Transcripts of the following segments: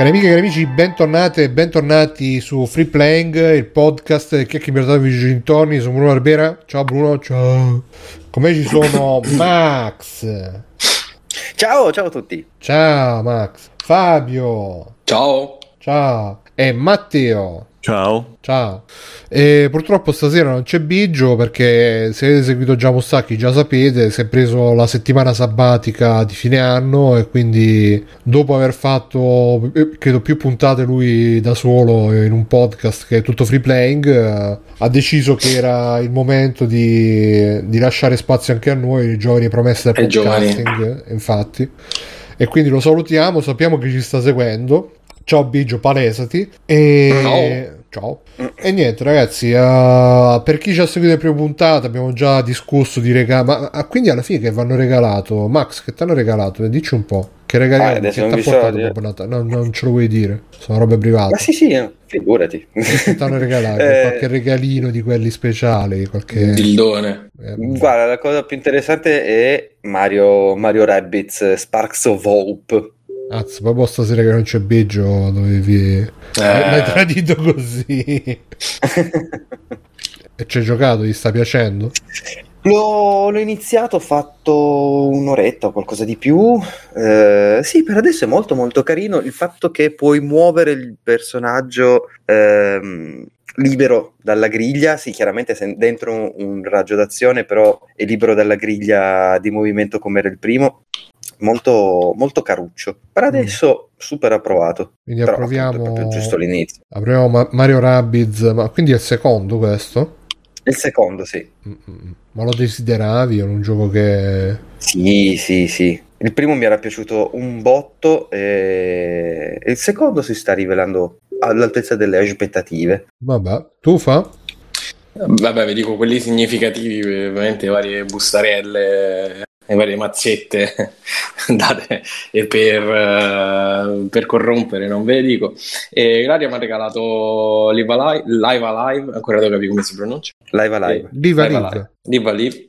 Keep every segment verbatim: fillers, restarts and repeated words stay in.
Cari amiche e cari amici, bentornate e bentornati su Free Playing, il podcast che mi ha dato i dintorni. Sono Bruno Barbera. Ciao Bruno, ciao. Con me ci sono Max. Ciao, ciao a tutti. Ciao Max. Fabio. Ciao. Ciao. E Matteo. Ciao. Ciao. E purtroppo stasera non c'è Biggio perché se avete seguito già Mostacchi già sapete, si è preso la settimana sabbatica di fine anno e quindi dopo aver fatto credo più puntate lui da solo in un podcast che è tutto Free Playing, eh, ha deciso che era il momento di, di lasciare spazio anche a noi, i giovani promesse del podcasting, infatti. E quindi lo salutiamo, sappiamo che ci sta seguendo. Ciao Biggio, palesati. E ciao. Ciao. E niente ragazzi, uh, per chi ci ha seguito le prime puntate abbiamo già discusso di regali. Ma uh, quindi alla fine che vanno regalato? Max, che ti hanno regalato? Dici un po'. Che regali ah, che ti ha portato dopo Natale? No, non ce lo vuoi dire, sono robe private. Ma sì sì, figurati. Che ti hanno regalato? eh... Qualche regalino di quelli speciali? Qualche dildone? Eh, Guarda, la cosa più interessante è Mario, Mario Rabbids Sparks of Hope. Azz, proprio stasera che non c'è Biggio dovevi eh. l'hai tradito così. E ci hai giocato? Gli sta piacendo? L'ho, l'ho iniziato, ho fatto un'oretta o qualcosa di più. Eh, sì, per adesso è molto molto carino il fatto che puoi muovere il personaggio ehm, libero dalla griglia. Sì, chiaramente sei dentro un, un raggio d'azione, però è libero dalla griglia di movimento come era il primo. Molto, molto caruccio. Per adesso mm. super approvato. Quindi però, approviamo appunto, giusto l'inizio. Apriamo Ma- Mario Rabbids, ma quindi è il secondo questo? Il secondo, sì. Mm-mm. Ma lo desideravi? È un gioco che... Sì, sì, sì. Il primo mi era piaciuto un botto e il secondo si sta rivelando all'altezza delle aspettative. Vabbè, tu fa? Vabbè, vi dico quelli significativi, ovviamente varie bustarelle, le varie mazzette date e per, uh, per corrompere, non ve le dico. E Ilaria mi ha regalato Live Alive, Live Alive, ancora devo capire come si pronuncia. Live Alive. Live Alive. Live Alive.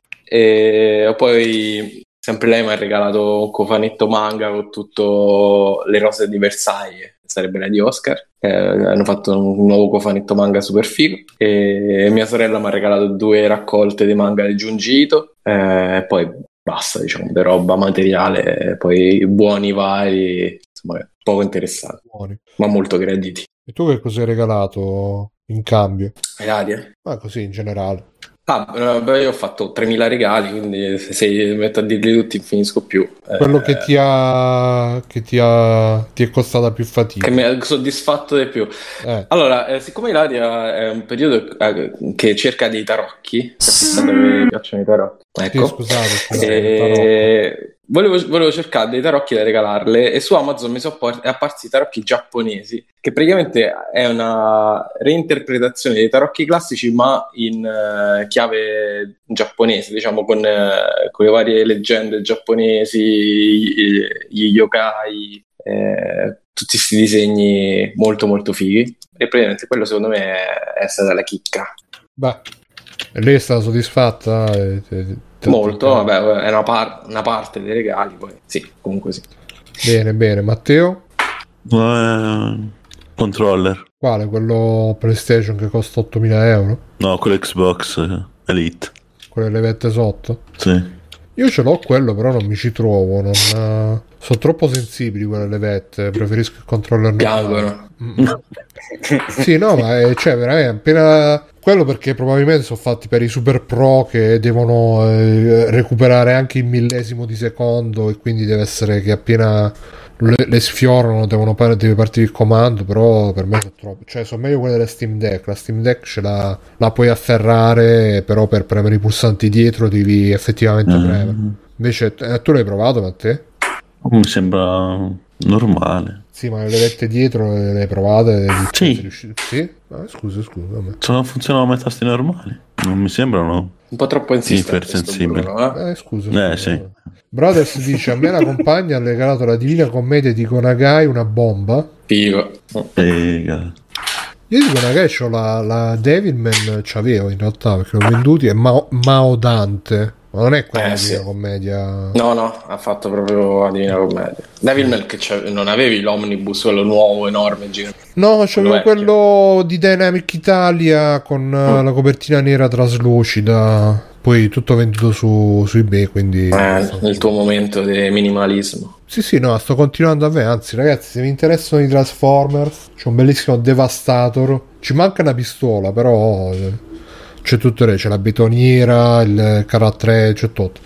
E poi sempre lei mi ha regalato un cofanetto manga con tutto le rose di Versailles, sarebbe la di Oscar. Eh, hanno fatto un nuovo cofanetto manga super figo. E mia sorella mi ha regalato due raccolte di manga di Junji Ito. E eh, poi basta, diciamo, di roba materiale, poi buoni vari, insomma, poco interessanti, buoni, ma molto graditi. E tu che cosa hai regalato in cambio? Ilaria? Ma così in generale. Ah, beh, io ho fatto tremila regali, quindi se mi metto a dirli tutti non finisco più. Quello eh, che ti ha che ti ha ti è costata più fatica, che mi ha soddisfatto di più. Eh. Allora, eh, siccome Ilaria è un periodo eh, che cerca dei tarocchi, capito dove mi piacciono i tarocchi. Ecco. Sì, scusate, scusate e... volevo, volevo cercare dei tarocchi da regalarle e su Amazon mi sono apparsi i tarocchi giapponesi, che praticamente è una reinterpretazione dei tarocchi classici ma in uh, chiave giapponese, diciamo, con, uh, con le varie leggende giapponesi, gli, gli yokai, eh, tutti questi disegni molto molto fighi, e praticamente quello secondo me è, è stata la chicca. Beh, lei è stata soddisfatta? E, e, e, molto, vabbè, è una, par- una parte dei regali, poi sì, comunque sì. Bene, bene. Matteo? Uh, controller. Quale? Quello PlayStation che costa ottomila euro? No, quello Xbox Elite. Quelle levette sotto? Sì. Io ce l'ho quello, però non mi ci trovo, non... sono troppo sensibili quelle levette, preferisco il controller normale. Sì, no, ma è, cioè veramente appena quello, perché probabilmente sono fatti per i super pro che devono eh, recuperare anche il millesimo di secondo, e quindi deve essere che appena le, le sfiorano devono deve partire il comando, però per me sono troppo, cioè sono meglio quelle della Steam Deck. La Steam Deck ce la, la puoi afferrare, però per premere i pulsanti dietro devi effettivamente mm. premere. Invece eh, tu l'hai provato, Matteo? Mi sembra normale. Sì, ma le levette dietro le hai provate? Sì. Riuscito... Sì? Ah, scusa, scusa. Vabbè. Sono, funzionano come tasti normali. Non mi sembrano un po' troppo insistente. Ipersensibili. Bruno, eh? Eh, scusa. Eh, sì. Brothers dice: a me la compagna ha regalato la Divina Commedia di Gonagai, una bomba. Figo. Figa. Io di Gonagai c'ho la, la Devilman, c'avevo in realtà perché l'ho venduti, è Mao, Mao Dante. Ma non è quella Eh, di sì. Divina Commedia. No, no, ha fatto proprio la Divina Commedia. Devilman che c'è- non avevi l'omnibus, quello nuovo, enorme, gigante. No, c'avevo Quello vecchio. quello di Dynamic Italia con eh, Mm. la copertina nera traslucida. Poi tutto venduto su, su eBay, quindi... Eh, nel tuo momento di minimalismo. Sì, sì, no, sto continuando a vedere. Anzi, ragazzi, se vi interessano i Transformers, c'è un bellissimo Devastator. Ci manca una pistola, però eh, c'è tutto lì. C'è la betoniera, il carro a tre, c'è tutto.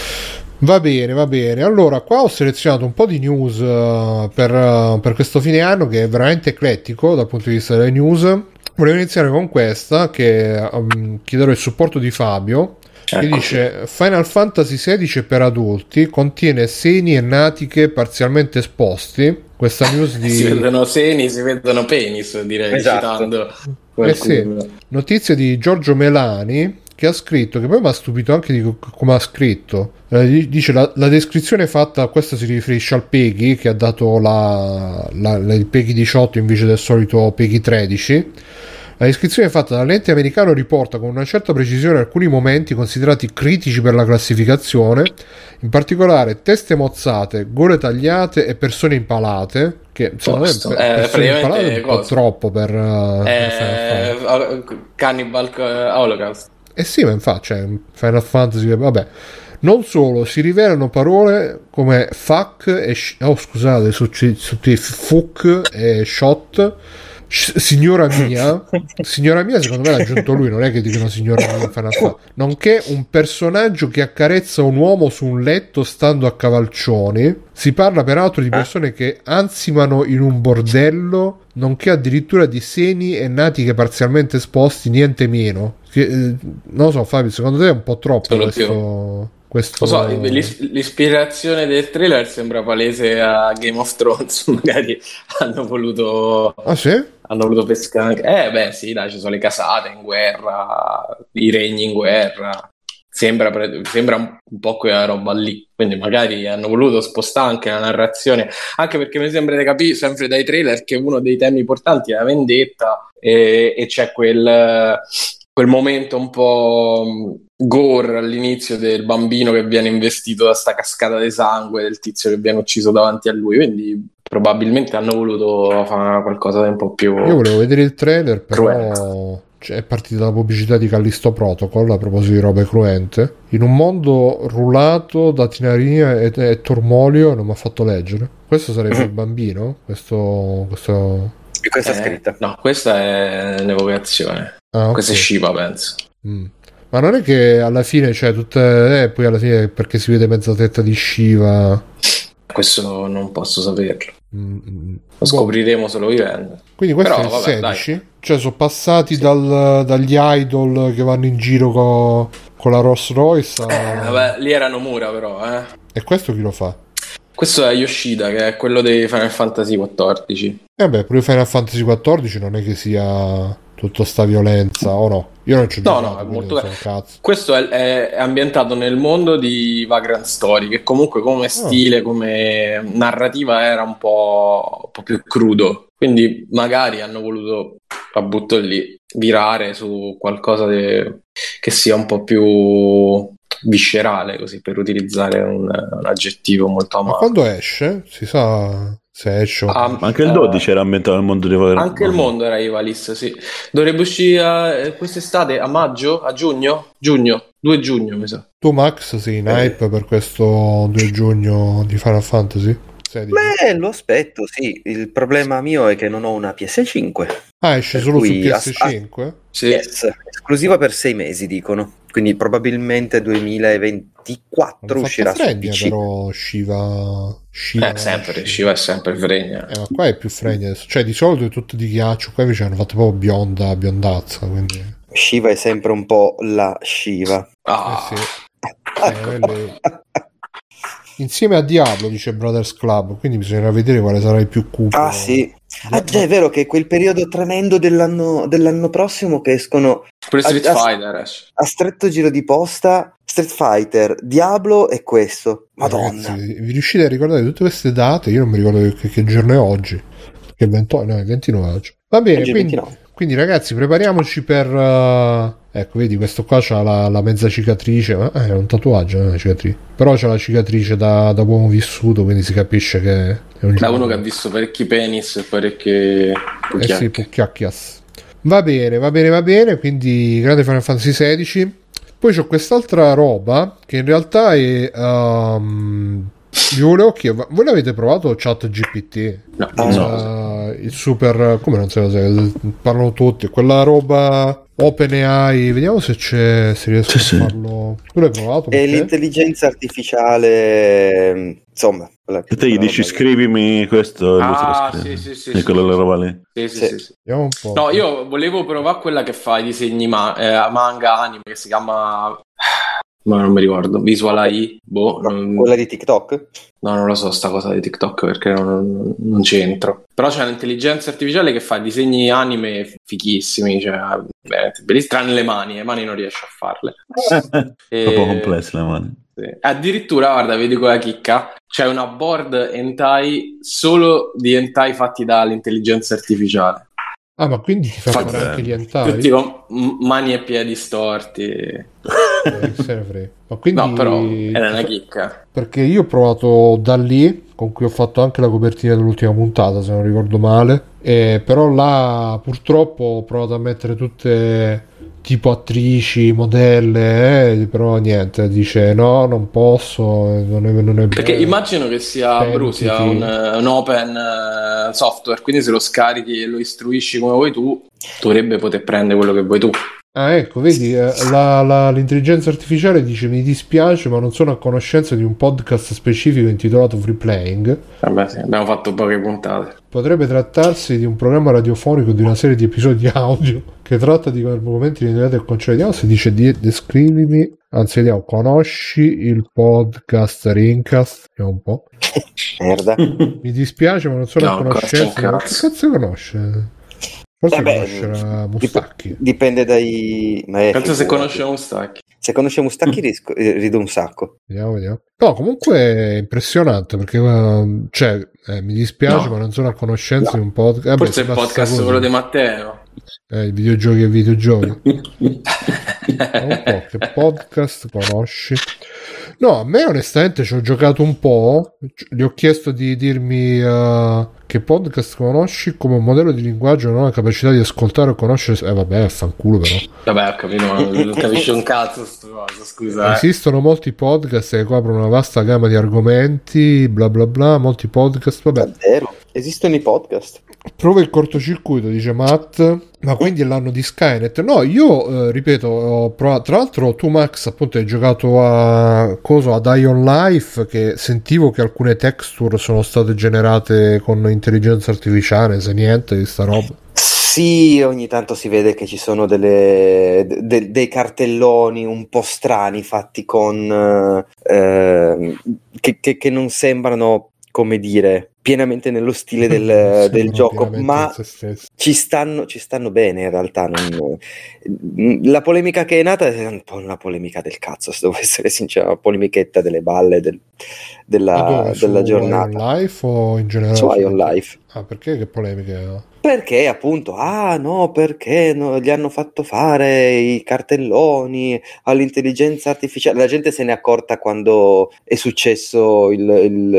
Va bene, va bene. Allora, qua ho selezionato un po' di news eh, per, eh, per questo fine anno che è veramente eclettico dal punto di vista delle news. Volevo iniziare con questa, che um, chiederò il supporto di Fabio. Che Ecco. dice Final Fantasy sedici per adulti contiene seni e natiche parzialmente esposti. Questa news di Si vedono seni, si vedono penis, direi, Esatto. citando eh sì, qualcuno. notizie di Giorgio Melani, che ha scritto, che poi mi ha stupito anche di co- come ha scritto. Eh, dice la, la descrizione fatta, questo si riferisce al PEGI che ha dato la, la, la- il PEGI diciotto invece del solito PEGI tredici. La descrizione fatta dall'ente americano riporta con una certa precisione alcuni momenti considerati critici per la classificazione, in particolare teste mozzate, gole tagliate e persone impalate, che secondo me Posto. per- Eh, persone impalate praticamente è un po' cosa? troppo per, uh, per Final Fantasy. Eh, Cannibal Holocaust. Eh sì, ma infatti, cioè, Final Fantasy, vabbè. Non solo, si rivelano parole come fuck e sh- oh scusate, su, su fuck e shot. Sh- signora mia, signora mia, secondo me l'ha aggiunto lui, non è che dicono signora mia in Final Fantasy. Nonché un personaggio che accarezza un uomo su un letto stando a cavalcioni. Si parla peraltro di persone che ansimano in un bordello, nonché addirittura di seni e natiche parzialmente esposti, niente meno. Che, eh, non lo so, Fabio, secondo te è un po' troppo Solo questo, questo... Lo so, l'is- l'ispirazione del trailer sembra palese a Game of Thrones, magari hanno voluto Ah sì? hanno voluto pescare anche. Eh beh sì, dai, ci sono le casate in guerra, i regni in guerra. Sembra, pre- sembra un un po' quella roba lì, quindi magari hanno voluto spostare anche la narrazione, anche perché mi sembra di capire sempre dai trailer che uno dei temi importanti è la vendetta e, e c'è quel, quel momento un po' mh, gore all'inizio del bambino che viene investito da sta cascata di sangue, del tizio che viene ucciso davanti a lui, quindi probabilmente hanno voluto fare qualcosa di un po' più... Io volevo vedere il trailer, però Cruento. cioè, è partita la pubblicità di Callisto Protocol a proposito di robe cruente. In un mondo rullato da tirania e, e turmolio, non mi ha fatto leggere. Questo sarebbe il bambino? Questo... questo... E questa è Eh, scritta. No, questa è un'evocazione. Ah, ok. Questa è Shiva, penso. Mm. Ma non è che alla fine, cioè, tutte... Eh, poi alla fine perché si vede mezza testa di Shiva... Questo non posso saperlo. Mm, mm. Lo scopriremo solo vivendo. Quindi questo Però, è il vabbè, sedici, cioè sono passati dal- dagli idol che vanno in giro co- con la Rolls Royce a- Eh, vabbè, lì era Nomura però, eh. e questo chi lo fa? Questo è Yoshida, che è quello dei Final Fantasy quattordici. E vabbè, pure Final Fantasy quattordici non è che sia tutta sta violenza, o no? Io non ci ho No, giocato, no, è quindi molto non bello. so un cazzo. Questo è, è- è ambientato nel mondo di Vagrant Story, che comunque come stile, come narrativa era un po', un po' più crudo. Quindi magari hanno voluto, la butto lì, virare su qualcosa de- che sia un po' più viscerale, così, per utilizzare un, un aggettivo molto Ma amato. quando esce? Si sa se esce o... Ah, Ma anche il eh, dodici era ambientato nel mondo di Vagrant. Anche il mondo era Ivalice, sì. Dovrebbe uscire eh, quest'estate, a maggio? A giugno? Giugno, due giugno mi sa. Tu Max sei in hype per questo due giugno di Final Fantasy sedici? Beh, lo aspetto, sì. Il problema mio è che non ho una P S cinque. Ah, esce per solo su cui P S as- cinque? Sì. Yes, esclusiva per sei mesi, dicono. Quindi probabilmente duemilaventiquattro Hanno uscirà fatto su fregna P C. però Shiva... Shiva Eh, sempre, Shiva è sempre fregna. Eh, ma qua è più fregna adesso. Cioè, di solito è tutto di ghiaccio. Qua invece hanno fatto proprio bionda, biondazza. Quindi, Shiva è sempre un po' la Shiva. Ah, eh sì. Eh, lei- Insieme a Diablo, dice Brothers Club. Quindi bisognerà vedere quale sarà il più cupo. Ah sì. Ah, già è vero che è quel periodo tremendo dell'anno, dell'anno prossimo che escono pure Street a- a- Fighter esce. a stretto giro di posta Street Fighter, Diablo e questo. Madonna. Ragazzi, vi riuscite a ricordare tutte queste date? Io non mi ricordo che, che giorno è oggi. Che è il ventotto, no, è il ventinove oggi. Va bene, Oggi è quindi, ventinove. quindi ragazzi, prepariamoci per, uh, Ecco, vedi, questo qua c'ha la, la mezza cicatrice, ma è un tatuaggio, non è una cicatrice. Però c'ha la cicatrice da, da uomo vissuto, quindi si capisce che è un da uno che ha visto parecchi penis e parecchi eh sì, pucchiacchias. Va bene, va bene, va bene, quindi grande Final Fantasy sedici. Poi c'ho quest'altra roba che in realtà è um, vi volevo chiedere, voi l'avete provato ChatGPT? No, il, no. uh, il super, come non so se parlano tutti, quella roba OpenAI, vediamo se c'è, se riesco sì, a farlo. Tu l'hai provato? E l'intelligenza artificiale, insomma, e te gli dici scrivimi questo e lui ah, te lo scrive. sì, sì, sì, e sì, quella sì, roba lì. Sì, sì, sì. sì, sì. Vediamo un po'. No, io volevo provare quella che fa i disegni ma- eh, manga anime, che si chiama, ma non mi ricordo, Visual A I, boh, non... quella di TikTok? No, non lo so sta cosa di TikTok perché non, non c'entro. Però c'è un'intelligenza artificiale che fa disegni anime fichissimi, cioè veramente bellissimi, tranne le mani, le mani non riesce a farle. E... troppo complesse le mani. Sì. Addirittura, guarda, vedi quella chicca, c'è una board hentai solo di hentai fatti dall'intelligenza artificiale. Ah, ma quindi ti fa fare anche gli hentai? Tutti con m- mani e piedi storti. Eh, se ne frega. Ma quindi... No, però era una chicca. Perché io ho provato da lì, con cui ho fatto anche la copertina dell'ultima puntata, se non ricordo male. E però là purtroppo ho provato a mettere tutte tipo attrici, modelle, eh, però niente, dice no, non posso, non è, non è perché bello. Immagino che sia Bru, sia un, un open uh, software, quindi se lo scarichi e lo istruisci come vuoi tu, dovrebbe poter prendere quello che vuoi tu. Ah, ecco, vedi, eh, la, la, l'intelligenza artificiale dice mi dispiace ma non sono a conoscenza di un podcast specifico intitolato Free Playing. Vabbè, sì, abbiamo fatto poche puntate. Potrebbe trattarsi di un programma radiofonico di una serie di episodi audio che tratta di argomenti legati al concetto di house. Dice di, descrivimi, anzi vediamo, conosci il podcast Rincast? Vediamo un po'. Merda. Mi dispiace ma non sono no, a conoscenza. Ma che cazzo conosce? Forse eh beh, conoscerà Mustacchi. Dip- dipende dai... Ma penso se conosce Mustacchi. Se conosce Mustacchi risco- rido un sacco. Vediamo, vediamo. No, comunque è impressionante perché uh, cioè, eh, mi dispiace no. ma non sono a conoscenza no. di un podcast. Eh, Forse beh, il podcast così. quello di Matteo. Eh, i videogiochi e videogiochi. Un po' che podcast conosci? No, a me onestamente ci ho giocato un po'. Gli ho chiesto di dirmi uh, che podcast conosci come un modello di linguaggio, non ho la capacità di ascoltare o conoscere. Eh vabbè, fanculo però. Vabbè, ho capito, ma non capisce un cazzo sto cosa, scusa. Eh. Esistono molti podcast che coprono una vasta gamma di argomenti, bla bla bla, molti podcast, vabbè. Davvero? Esistono i podcast? Prova il cortocircuito, dice Matt. Ma quindi è l'anno di Skynet? No, io eh, ripeto, ho provato. Tra l'altro, tu, Max, appunto, hai giocato a cosa? Ad Ion Life. Che sentivo che alcune texture sono state generate con intelligenza artificiale. Se niente di sta roba. Sì, ogni tanto si vede che ci sono delle, de, dei cartelloni un po' strani fatti con eh, che, che, che non sembrano, come dire, pienamente nello stile del, del gioco, ma ci stanno, ci stanno bene in realtà. Non... La polemica che è nata è un po' una polemica del cazzo, se devo essere sincero, una polemichetta delle balle del, della, della giornata. Su Ion Life o in generale? Su Ion Life. Ah, perché che polemiche? Perché appunto, ah no, perché no, gli hanno fatto fare i cartelloni all'intelligenza artificiale. La gente se n'è accorta quando è successo il,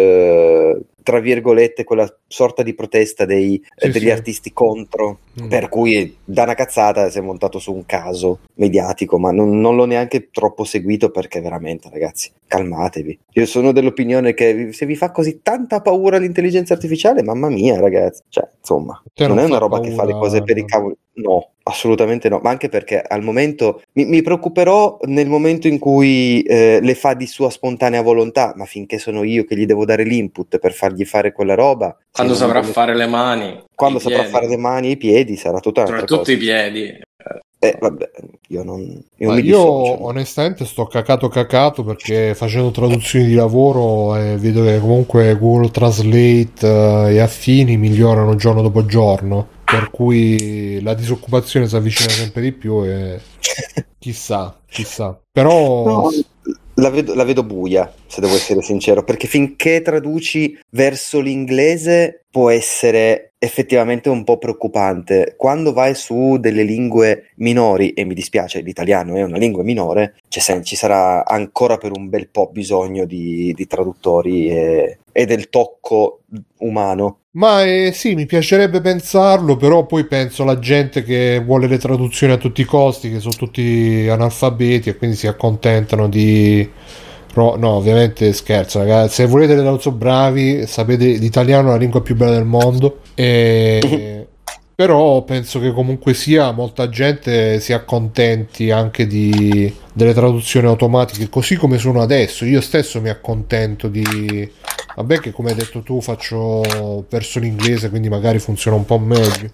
il tra virgolette quella sorta di protesta dei, sì, eh, degli sì. artisti contro, mm. per cui da una cazzata si è montato su un caso mediatico, ma non, non l'ho neanche troppo seguito perché veramente, ragazzi, calmatevi. Io sono dell'opinione che se vi fa così tanta paura l'intelligenza artificiale, mamma mia, ragazzi, cioè insomma Te non, non è una roba paura... che fa le cose per i cavoli, no, assolutamente no, ma anche perché al momento mi, mi preoccuperò nel momento in cui eh, le fa di sua spontanea volontà, ma finché sono io che gli devo dare l'input per fargli fare quella roba, quando saprà le... fare le mani, quando saprà piedi. fare le mani e i piedi sarà tutta un'altra soprattutto cosa. i piedi. Eh, vabbè, io non io, Ma mi io dissocio. onestamente sto cacato cacato perché facendo traduzioni di lavoro e vedo che comunque Google Translate eh, e affini migliorano giorno dopo giorno, per cui la disoccupazione si avvicina sempre di più e chissà, chissà. Però No. La vedo, la vedo buia, se devo essere sincero, perché finché traduci verso l'inglese può essere effettivamente un po' preoccupante. Quando vai su delle lingue minori, e mi dispiace, l'italiano è una lingua minore, cioè, ci sarà ancora per un bel po' bisogno di, di traduttori e, e del tocco umano. Ma eh, sì, mi piacerebbe pensarlo, però poi penso alla gente che vuole le traduzioni a tutti i costi, che sono tutti analfabeti e quindi si accontentano di... No, ovviamente scherzo, ragazzi. Se volete le traduzioni bravi, sapete l'italiano è la lingua più bella del mondo. E... però penso che comunque sia molta gente si accontenti anche di delle traduzioni automatiche, così come sono adesso. Io stesso mi accontento di... Vabbè che come hai detto tu faccio verso l'inglese, quindi magari funziona un po' meglio.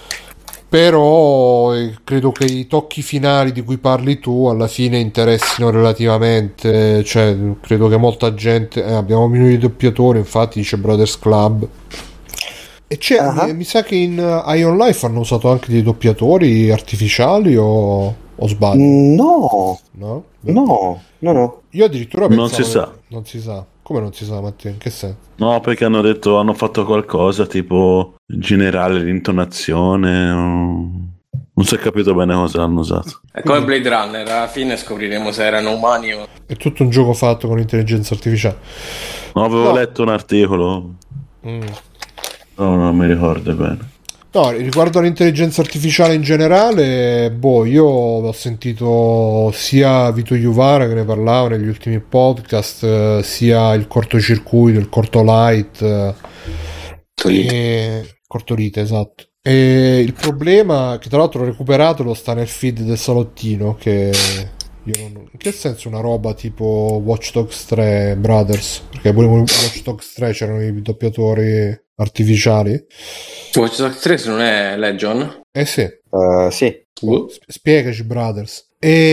Però eh, credo che i tocchi finali di cui parli tu alla fine interessino relativamente, cioè credo che molta gente... Eh, abbiamo milioni di doppiatori, infatti dice Brothers Club. E c'è, uh-huh. mi, mi sa che in uh, Ion Life hanno usato anche dei doppiatori artificiali o, o sbaglio? No, no, no, no, no. Io addirittura pensavo... Non si sa. Non si sa. Come non si sa, Matteo? In che senso? No, perché hanno detto, hanno fatto qualcosa tipo generale l'intonazione. O... non si è capito bene cosa hanno usato. È come Blade Runner, alla fine scopriremo se erano umani o... È tutto un gioco fatto con intelligenza artificiale. No, avevo no. letto un articolo. Mm. No, non mi ricordo bene. No, riguardo all'intelligenza artificiale in generale, boh, io ho sentito sia Vito Iuvara che ne parlava negli ultimi podcast, sia il cortocircuito, il cortolight, e... cortolite, esatto. E il problema, che tra l'altro ho recuperato, lo sta nel feed del salottino, che io non... in che senso una roba tipo Watch Dogs tre Brothers? Perché pure in Watch Dogs tre c'erano i doppiatori artificiali. Watch Dogs tre se non è Legion? Eh sì. Uh, sì. Uh. Spiegaci, Brothers.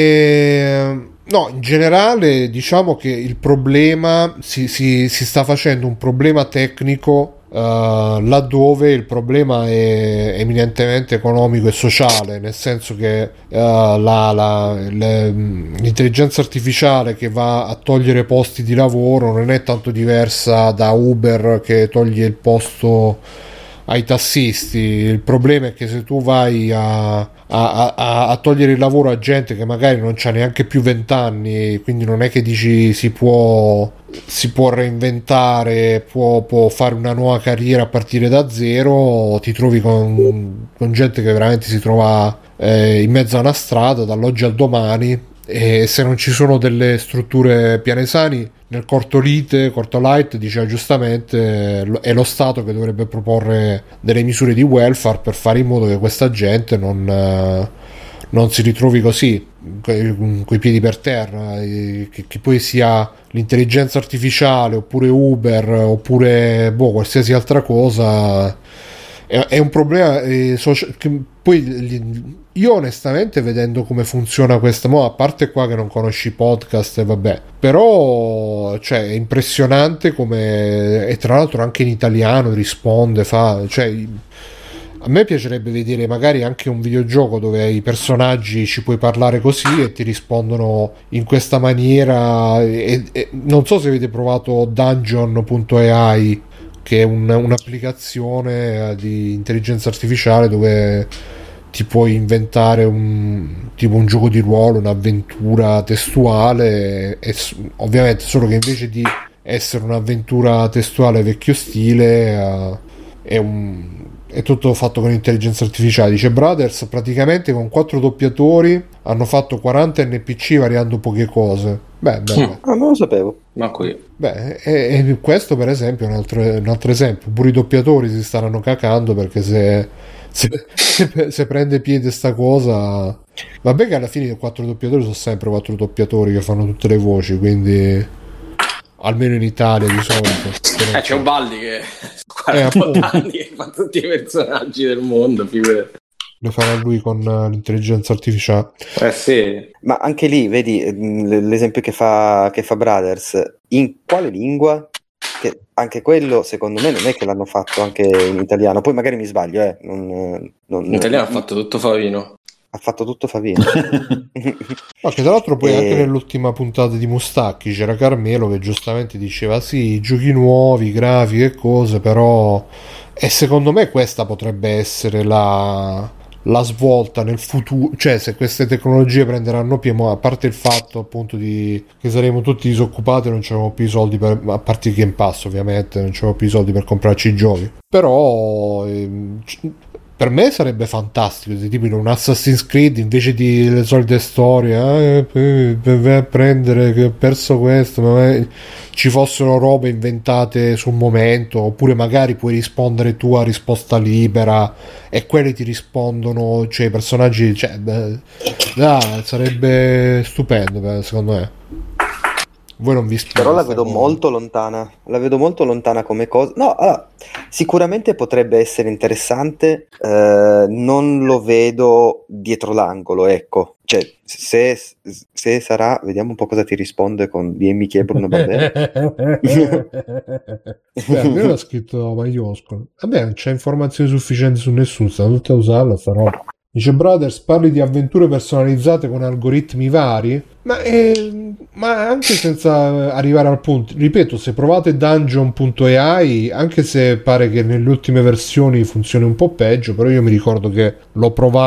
E... no, in generale diciamo che il problema si, si, si sta facendo un problema tecnico uh, laddove il problema è eminentemente economico e sociale, nel senso che uh, la, la, le, l'intelligenza artificiale che va a togliere posti di lavoro non è tanto diversa da Uber che toglie il posto ai tassisti. Il problema è che se tu vai a, a, a, a togliere il lavoro a gente che magari non c'ha neanche più vent'anni, quindi non è che dici si può si può reinventare, può, può fare una nuova carriera a partire da zero, ti trovi con, con gente che veramente si trova eh, in mezzo a una strada dall'oggi al domani. E se non ci sono delle strutture pianesani nel cortolite, cortolight diceva giustamente è lo Stato che dovrebbe proporre delle misure di welfare per fare in modo che questa gente non, non si ritrovi così con i piedi per terra, che, che poi sia l'intelligenza artificiale oppure Uber oppure boh, qualsiasi altra cosa è, è un problema eh, social, che poi gli, io onestamente vedendo come funziona questa, mo, a parte qua che non conosci i podcast e vabbè, però cioè è impressionante come, e tra l'altro anche in italiano risponde, fa, cioè a me piacerebbe vedere magari anche un videogioco dove i personaggi ci puoi parlare così e ti rispondono in questa maniera. E, e non so se avete provato Dungeon punto a i, che è un, un'applicazione di intelligenza artificiale dove ti puoi inventare un tipo un gioco di ruolo, un'avventura testuale, e, e ovviamente solo che invece di essere un'avventura testuale vecchio stile uh, è un è tutto fatto con intelligenza artificiale. Dice Brothers, praticamente con quattro doppiatori hanno fatto quaranta N P C variando poche cose. Beh, beh, beh. Ah, non lo sapevo. Ma qui. Beh, e, e questo per esempio è un altro, un altro esempio. Pure i doppiatori si staranno cacando perché se, se, se, se prende piede sta cosa... Vabbè che alla fine i quattro doppiatori sono sempre quattro doppiatori che fanno tutte le voci, quindi... almeno in Italia di solito eh, c'è un Baldi che quaranta anni che fa tutti i personaggi del mondo, figurati. Lo farà lui con uh, l'intelligenza artificiale. Eh sì. Ma anche lì vedi l'esempio che fa che fa Brothers, in quale lingua? Che anche quello secondo me non è che l'hanno fatto anche in italiano, poi magari mi sbaglio, eh non, non, in italiano ha fatto tutto Favino. ha fatto tutto Favino. Ma che tra l'altro poi E- anche nell'ultima puntata di Mustacchi c'era Carmelo che giustamente diceva sì, giochi nuovi, grafiche e cose, però e secondo me questa potrebbe essere la, la svolta nel futuro, cioè se queste tecnologie prenderanno piede, a parte il fatto appunto di che saremo tutti disoccupati e non c'avremo più i soldi per, a parte il Game Pass ovviamente, non c'avremo più i soldi per comprarci i giochi, però ehm, c- per me sarebbe fantastico se tipo in un Assassin's Creed invece di le solite storie eh, eh, vai a prendere che ho perso questo, ma eh, ci fossero robe inventate sul momento, oppure magari puoi rispondere tu a risposta libera e quelli ti rispondono, cioè i personaggi, cioè beh, dai, sarebbe stupendo secondo me. Voi non vi spiego. Però la vedo molto lontana, la vedo molto lontana come cosa. No, allora, sicuramente potrebbe essere interessante, eh, non lo vedo dietro l'angolo, ecco. Cioè, se, se sarà, vediamo un po' cosa ti risponde con B M K Bruno Babè. Beh, almeno l'ha scritto maiuscolo. Vabbè, non c'è informazioni sufficienti su nessuno, stanno tutte a usarla sta roba. Dice Brothers, parli di avventure personalizzate con algoritmi vari, ma, eh, ma anche senza arrivare al punto. Ripeto, se provate Dungeon punto A I, anche se pare che nelle ultime versioni funzioni un po' peggio, però io mi ricordo che lo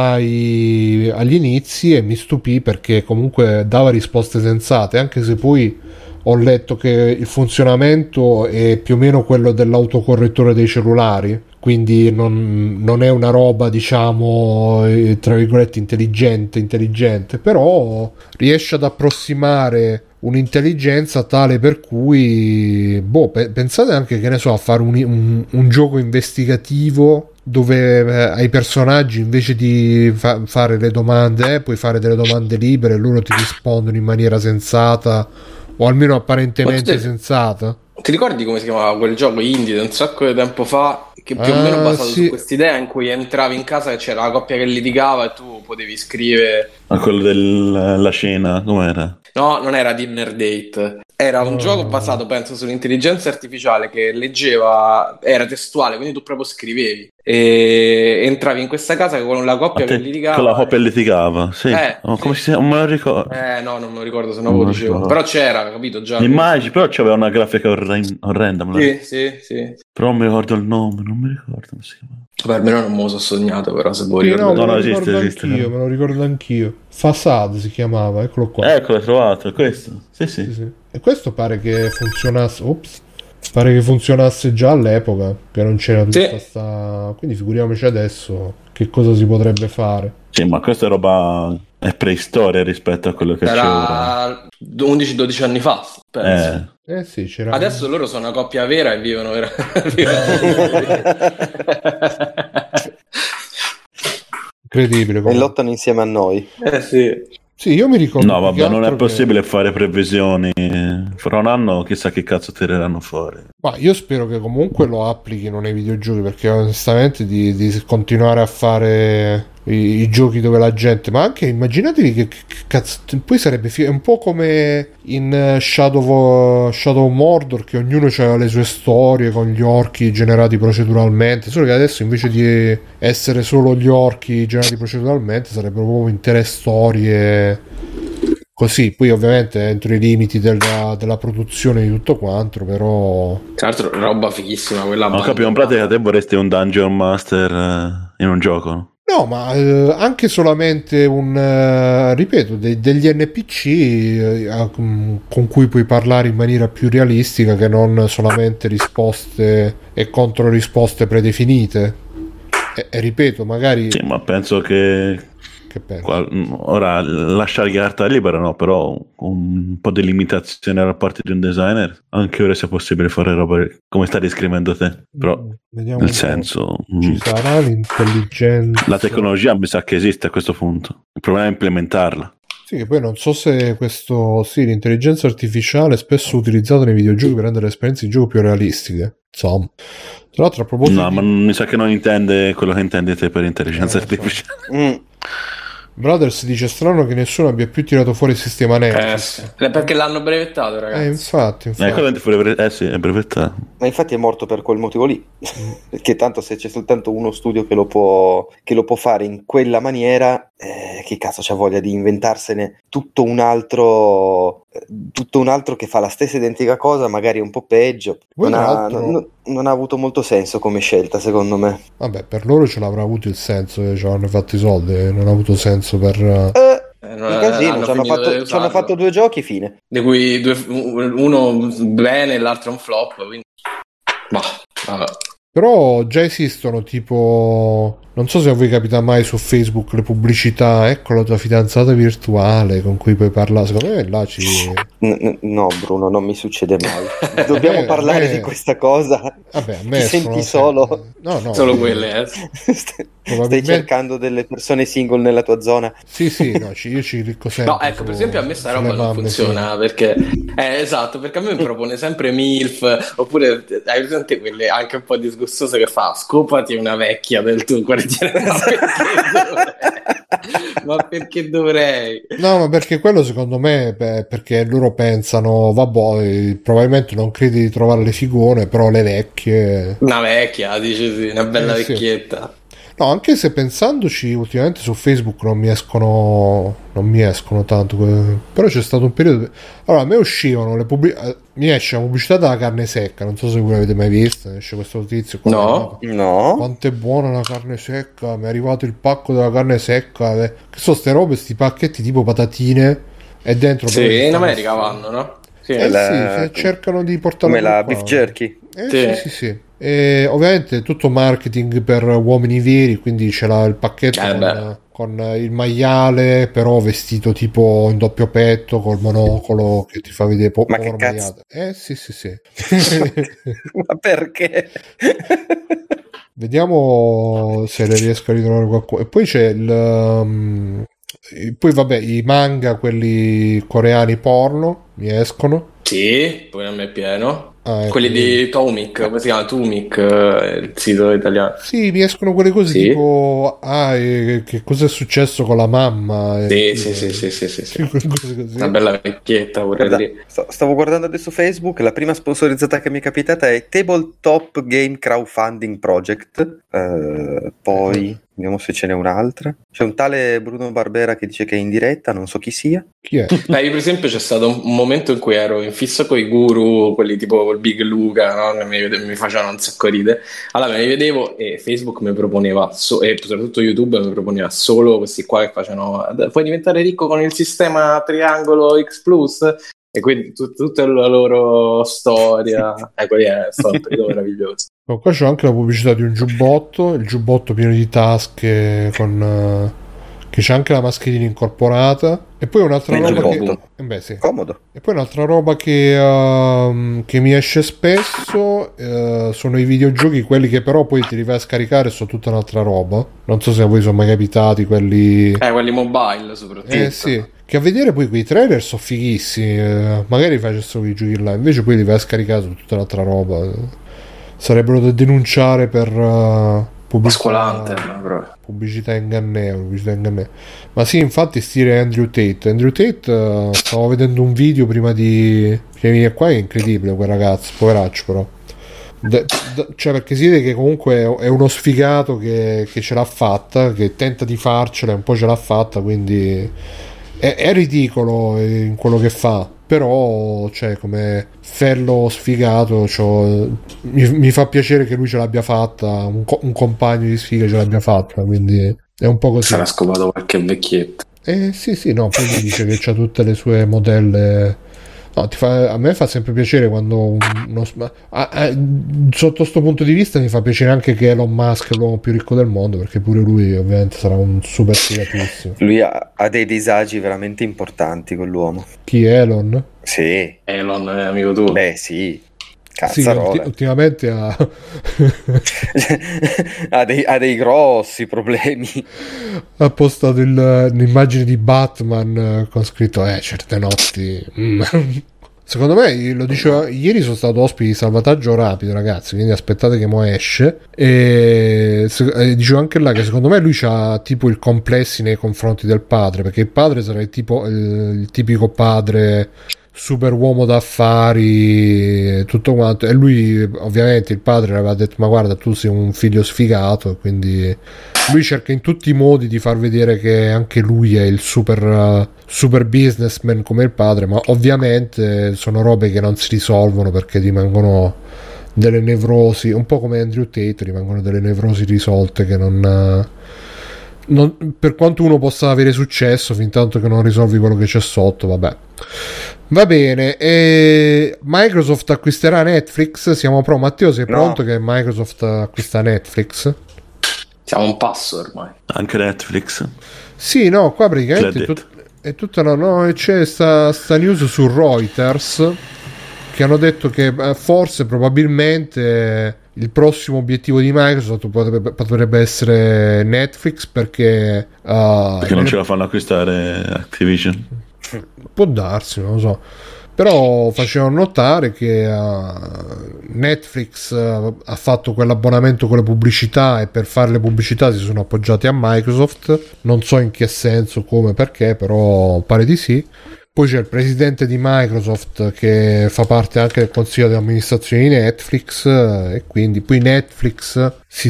provai agli inizi e mi stupì perché comunque dava risposte sensate, anche se poi ho letto che il funzionamento è più o meno quello dell'autocorrettore dei cellulari, quindi non, non è una roba diciamo tra virgolette intelligente intelligente, però riesce ad approssimare un'intelligenza tale per cui boh, pe- pensate anche che ne so a fare un, un, un gioco investigativo dove eh, ai personaggi invece di fa- fare le domande eh, puoi fare delle domande libere e loro ti rispondono in maniera sensata o almeno apparentemente te, sensata. Ti ricordi come si chiamava quel gioco indie da un sacco di tempo fa, che più ah, o meno basato sì. su quest'idea in cui entravi in casa e c'era la coppia che litigava e tu potevi scrivere... Ma quello della cena, com'era? No, non era Dinner Date, era un Oh. gioco basato penso sull'intelligenza artificiale che leggeva, era testuale, quindi tu proprio scrivevi e entravi in questa casa con la coppia te, che litigava. Con la coppia litigava, sì. Eh, oh, sì. Come si chiama? Non me lo ricordo. Eh no, non me lo ricordo, se no lo dicevo. Ricordo. Però c'era, capito già. Immagini, però c'aveva una grafica orren- orrenda. Me sì, sì, sì. Però non mi ricordo il nome, non mi ricordo come si chiama. Per almeno non me lo so sognato, però se vuoi sì, no, me no, lo no, ricordo esiste, esiste, anch'io, no. me lo ricordo anch'io. Fasad si chiamava, eccolo qua. Ecco, l'ho trovato, è questo. Sì, sì. Sì, sì. E questo pare che funzionasse. Ops. Pare che funzionasse già all'epoca, che non c'era tutta sì. sta. Quindi figuriamoci adesso che cosa si potrebbe fare. Sì, ma questa roba è preistoria rispetto a quello che era c'era undici dodici anni fa, penso. Eh. Eh sì, c'era. Adesso loro sono una coppia vera e vivono vera... incredibile. E lottano insieme a noi. Eh sì. Sì, io mi ricordo. No, vabbè, non è possibile che... fare previsioni. Fra un anno chissà che cazzo tireranno fuori. Ma io spero che comunque lo applichino nei videogiochi, perché onestamente di, di continuare a fare i, i giochi dove la gente, ma anche immaginatevi che, che cazzo, poi sarebbe fi- un po' come in Shadow of, Shadow of Mordor, che ognuno aveva le sue storie con gli orchi generati proceduralmente, solo che adesso invece di essere solo gli orchi generati proceduralmente sarebbero proprio intere storie così, poi ovviamente entro i limiti della, della produzione di tutto quanto, però tra l'altro roba fighissima quella. Non capivo, in pratica te vorresti un Dungeon Master eh, in un gioco, no? No, ma eh, anche solamente un, eh, ripeto, de- degli N P C eh, con cui puoi parlare in maniera più realistica che non solamente risposte e controrisposte predefinite. E, e ripeto, magari... Sì, ma penso che... Che penso? Qual- ora, lasciare carta libera no, però un po' di limitazione da parte di un designer, anche ora sia possibile fare roba come stai descrivendo te, però Vediamo nel senso... Ci mm, sarà l'intelligenza... La tecnologia mi sa che esiste a questo punto, il problema è implementarla. Sì, che poi non so se questo... Sì, l'intelligenza artificiale è spesso utilizzata nei videogiochi per rendere le esperienze di gioco più realistiche. Insomma. Tra l'altro a proposito No, di... ma mi sa che non intende quello che intende te per intelligenza Eh, artificiale. Mm. Brothers dice strano che nessuno abbia più tirato fuori il sistema Nemesis. Eh, sì. Perché l'hanno brevettato, ragazzi. Eh, infatti, infatti. Eh, quello è bre- eh sì, è brevettato. Ma infatti è morto per quel motivo lì. Perché tanto se c'è soltanto uno studio che lo può che lo può fare in quella maniera, eh, che cazzo c'ha voglia di inventarsene tutto un altro tutto un altro che fa la stessa identica cosa, magari un po' peggio. Non ha, non, non ha avuto molto senso come scelta, secondo me. Vabbè, per loro ce l'avrà avuto il senso, che ci hanno fatto i soldi, non ha avuto senso per... Eh, un casino, ci hanno, fatto, ci hanno fatto due giochi, fine. Di cui due, uno bene e l'altro un flop, quindi... Bah, vabbè. Però già esistono tipo, non so se a voi capita mai su Facebook le pubblicità, ecco la tua fidanzata virtuale con cui puoi parlare, secondo me là ci... N- no Bruno, non mi succede mai. Dobbiamo eh, parlare me... di questa cosa. Vabbè, a me ti senti solo? No, no. Solo quelle, eh. Stai cercando delle persone single nella tua zona? Sì, sì, no, io ci clicco sempre. No, ecco, per esempio a me sta roba non funziona, sì. Perché eh, esatto, perché a me mi propone sempre MILF, oppure hai presente quelle anche un po' disgustose che fa scopati una vecchia del tuo quartiere. Ma perché, ma perché dovrei? No, ma perché quello secondo me beh, perché loro pensano vabbè, probabilmente non credi di trovare le figone, però le vecchie. Una vecchia, dici sì, una bella eh, vecchietta. Sì. No, anche se pensandoci ultimamente su Facebook non mi escono non mi escono tanto, però c'è stato un periodo, allora a me uscivano le pubblicità, mi esce la pubblicità della carne secca, non so se voi l'avete mai vista, esce questo tizio qua, no, no, quanto è buona la carne secca, mi è arrivato il pacco della carne secca, che sono ste robe, sti pacchetti tipo patatine e dentro sì, in America vanno, no? Sì, eh la... sì, cercano di portarlo come la qua. Beef jerky eh, sì, sì, sì, sì. E ovviamente tutto marketing per uomini veri, quindi c'è la, il pacchetto eh con, con il maiale però vestito tipo in doppio petto col monocolo che ti fa vedere po- ma che cazzo? Eh sì sì sì. Ma perché? Vediamo se le riesco a ritrovare qualcuno. E poi c'è il um, poi vabbè i manga, quelli coreani porno mi escono. Sì, poi a me è pieno. Ah, ecco, quelli vedi. di Tomic, come si chiama? Tumic, il sito italiano. Sì, mi escono quelle cose sì. tipo ah, e che cosa è successo con la mamma? Sì, e, sì, tipo, sì, sì, sì, sì, sì. Così. Una bella vecchietta pure Guarda, lì. Stavo guardando adesso Facebook, la prima sponsorizzata che mi è capitata è Tabletop Game Crowdfunding Project, uh, poi vediamo se ce n'è un'altra. C'è un tale Bruno Barbera che dice che è in diretta, non so chi sia. Chi è? Beh, io per esempio c'è stato un momento in cui ero in fissa con i guru, quelli tipo col Big Luca, no? mi, mi facevano un sacco ridere. Allora me li vedevo e Facebook mi proponeva, so- e soprattutto YouTube mi proponeva solo questi qua che facevano puoi diventare ricco con il sistema triangolo X plus, e quindi tut- tutta la loro storia, eh, quelli è stato un periodo meraviglioso. Ma qua c'è anche la pubblicità di un giubbotto, il giubbotto pieno di tasche con uh, che c'è anche la mascherina incorporata, e poi un'altra Beh, roba che eh beh, sì. comodo. E poi un'altra roba che, uh, che mi esce spesso uh, sono i videogiochi, quelli che però poi ti li vai a scaricare, sono tutta un'altra roba. Non so se a voi sono mai capitati quelli eh quelli mobile soprattutto. Eh sì, che a vedere poi quei trailer sono fighissimi, eh, magari facessero quei giochi là, invece poi li vai a scaricare su tutta un'altra roba. Sarebbero da denunciare per uh, pubblicità, no, pubblicità ingannevole, pubblicità ingannevole. Ma sì, infatti stile Andrew Tate. Andrew Tate, uh, stavo vedendo un video prima di che venire qua, è incredibile quel ragazzo, poveraccio però. De, de, cioè perché si vede che comunque è uno sfigato che, che ce l'ha fatta, che tenta di farcela e un po' ce l'ha fatta, quindi è, è ridicolo in quello che fa, però cioè come fello sfigato mi, mi fa piacere che lui ce l'abbia fatta, un, un compagno di sfiga ce l'abbia fatta, quindi è un po' così. Sarà scopato qualche vecchietto. Eh sì sì, no, poi mi dice che c'ha tutte le sue modelle. No, ti fa, a me fa sempre piacere quando uno, a, a, sotto sto punto di vista mi fa piacere anche che Elon Musk è l'uomo più ricco del mondo, perché pure lui ovviamente sarà un super figatissimo. Lui ha, ha dei disagi veramente importanti quell'uomo. Chi, Elon? Sì. Elon è amico tuo? Beh sì. Sì, ulti- ultimamente ha... ha, dei, ha dei grossi problemi. Ha postato il, un'immagine di Batman con scritto eh certe notti mm. Secondo me, lo dicevo ieri, sono stato ospite di Salvataggio Rapido, ragazzi, quindi aspettate che mo esce, e, e dicevo anche là che secondo me lui c'ha tipo il complessi nei confronti del padre, perché il padre sarà il tipo il, il tipico padre super uomo d'affari, tutto quanto, e lui ovviamente il padre aveva detto ma guarda tu sei un figlio sfigato, e quindi lui cerca in tutti i modi di far vedere che anche lui è il super uh, super businessman come il padre, ma ovviamente sono robe che non si risolvono perché rimangono delle nevrosi, un po' come Andrew Tate, rimangono delle nevrosi risolte che non, non per quanto uno possa avere successo fin tanto che non risolvi quello che c'è sotto, vabbè. Va bene, e Microsoft acquisterà Netflix, siamo pro. Matteo, sei No. pronto che Microsoft acquista Netflix? Siamo un passo ormai. Anche Netflix. Sì, no, qua praticamente è, Chi l'ha tut- è tutta una no, c'è sta, sta news su Reuters che hanno detto che eh, forse probabilmente eh, il prossimo obiettivo di Microsoft potrebbe, potrebbe essere Netflix perché, uh, Perché non ce la fanno acquistare Activision. può darsi, non lo so, però facevano notare che uh, Netflix uh, ha fatto quell'abbonamento con le pubblicità e per fare le pubblicità si sono appoggiati a Microsoft, non so in che senso, come, perché, però pare di sì. Poi c'è il presidente di Microsoft che fa parte anche del consiglio di amministrazione di Netflix, e quindi poi Netflix si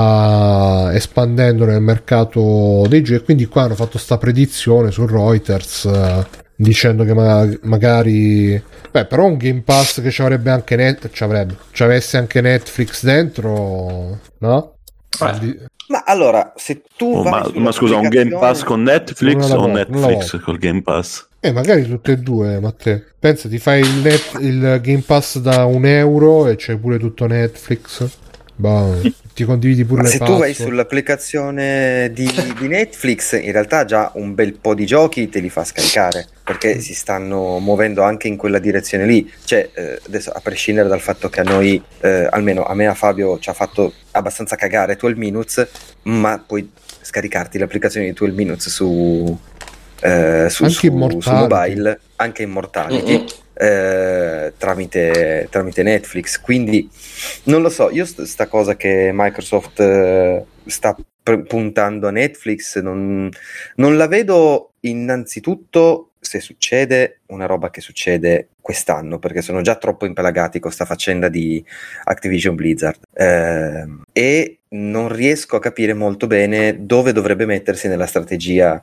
sta espandendo nel mercato dei giochi, e quindi qua hanno fatto sta predizione su Reuters eh, dicendo che ma- magari beh, però un Game Pass che ci avrebbe anche net ci avrebbe ci avesse anche Netflix dentro, no? Eh. Di- Ma allora, se tu Oh, vai ma, sulla ma scusa, un Game Pass con Netflix Non la o voto, non la Netflix voto. col Game Pass? Eh, magari tutte e due, Matteo. Pensa, ti fai il, net, il Game Pass da un euro e c'è pure tutto Netflix. Bah, ti condividi pure Ma le se tu vai password. sull'applicazione di, di Netflix, in realtà già un bel po' di giochi te li fa scaricare, perché si stanno muovendo anche in quella direzione lì. Cioè, eh, adesso a prescindere dal fatto che a noi, eh, almeno a me e a Fabio, ci ha fatto abbastanza cagare twelve Minutes, ma puoi scaricarti l'applicazione di twelve Minutes su, eh, su, Anche su, su Immortality. mobile, anche Immortality. Mm-mm. Eh, tramite, tramite Netflix, quindi non lo so, io st- sta cosa che Microsoft eh, sta pr- puntando a Netflix non, non la vedo innanzitutto se succede una roba che succede quest'anno, perché sono già troppo impelagati con sta faccenda di Activision Blizzard eh, e non riesco a capire molto bene dove dovrebbe mettersi nella strategia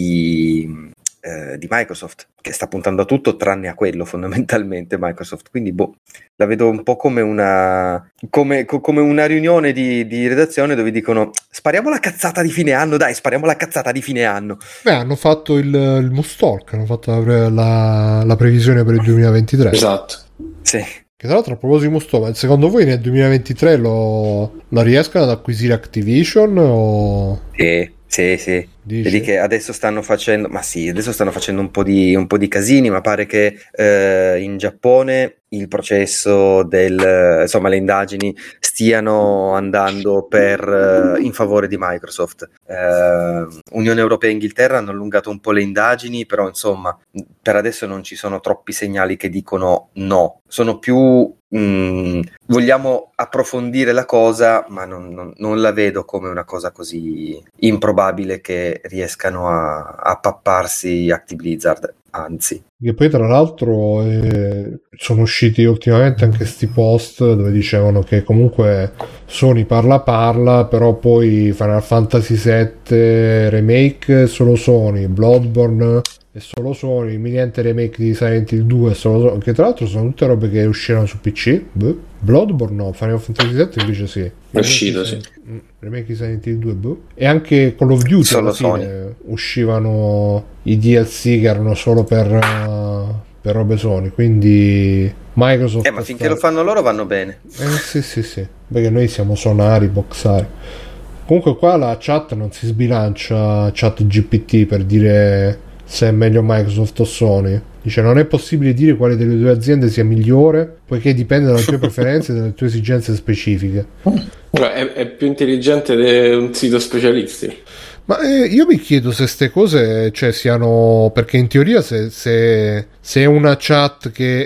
di Eh, di Microsoft, che sta puntando a tutto tranne a quello fondamentalmente Microsoft, quindi boh, la vedo un po' come una come, co- come una riunione di, di redazione dove dicono spariamo la cazzata di fine anno, dai spariamo la cazzata di fine anno. Beh, hanno fatto il, il Mustalk, hanno fatto la, pre- la, la previsione per il duemilaventitré. Esatto. Sì. Che tra l'altro a proposito di Mustalk, secondo voi nel duemilaventitré lo, lo riescono ad acquisire Activision o... Sì, sì, sì. Dici? Vedi che adesso stanno facendo, ma sì, adesso stanno facendo un po' di, un po' di casini, ma pare che eh, in Giappone il processo del, insomma, le indagini stiano andando per eh, in favore di Microsoft. Eh, Unione Europea e Inghilterra hanno allungato un po' le indagini, però insomma, per adesso non ci sono troppi segnali che dicono no. Sono più mh, vogliamo approfondire la cosa, ma non, non, non la vedo come una cosa così improbabile che riescano a, a papparsi Acti Blizzard, anzi. Che poi tra l'altro eh, sono usciti ultimamente anche sti post dove dicevano che comunque Sony parla parla, però poi Final Fantasy sette Remake è solo Sony, Bloodborne è solo Sony, niente remake di Silent Hill due è solo Sony, che tra l'altro sono tutte robe che usciranno su P C. Boh. Bloodborne no, Final Fantasy sette invece sì. È uscito, sì. Mm, remake di Silent Hill due, boh. E anche Call of Duty Solo alla fine uscivano i D L C che erano solo per, uh, per robe Sony, quindi Microsoft Eh, ma finché sta... lo fanno loro vanno bene. Eh sì sì sì, perché noi siamo sonari, boxari. Comunque qua la chat non si sbilancia, chat G P T, per dire se è meglio Microsoft o Sony. Dice non è possibile dire quale delle due aziende sia migliore poiché dipende dalle tue preferenze e dalle tue esigenze specifiche. È, è più intelligente di un sito specialisti. Ma eh, io mi chiedo se ste cose, cioè, siano, perché in teoria se, se, se è una chat che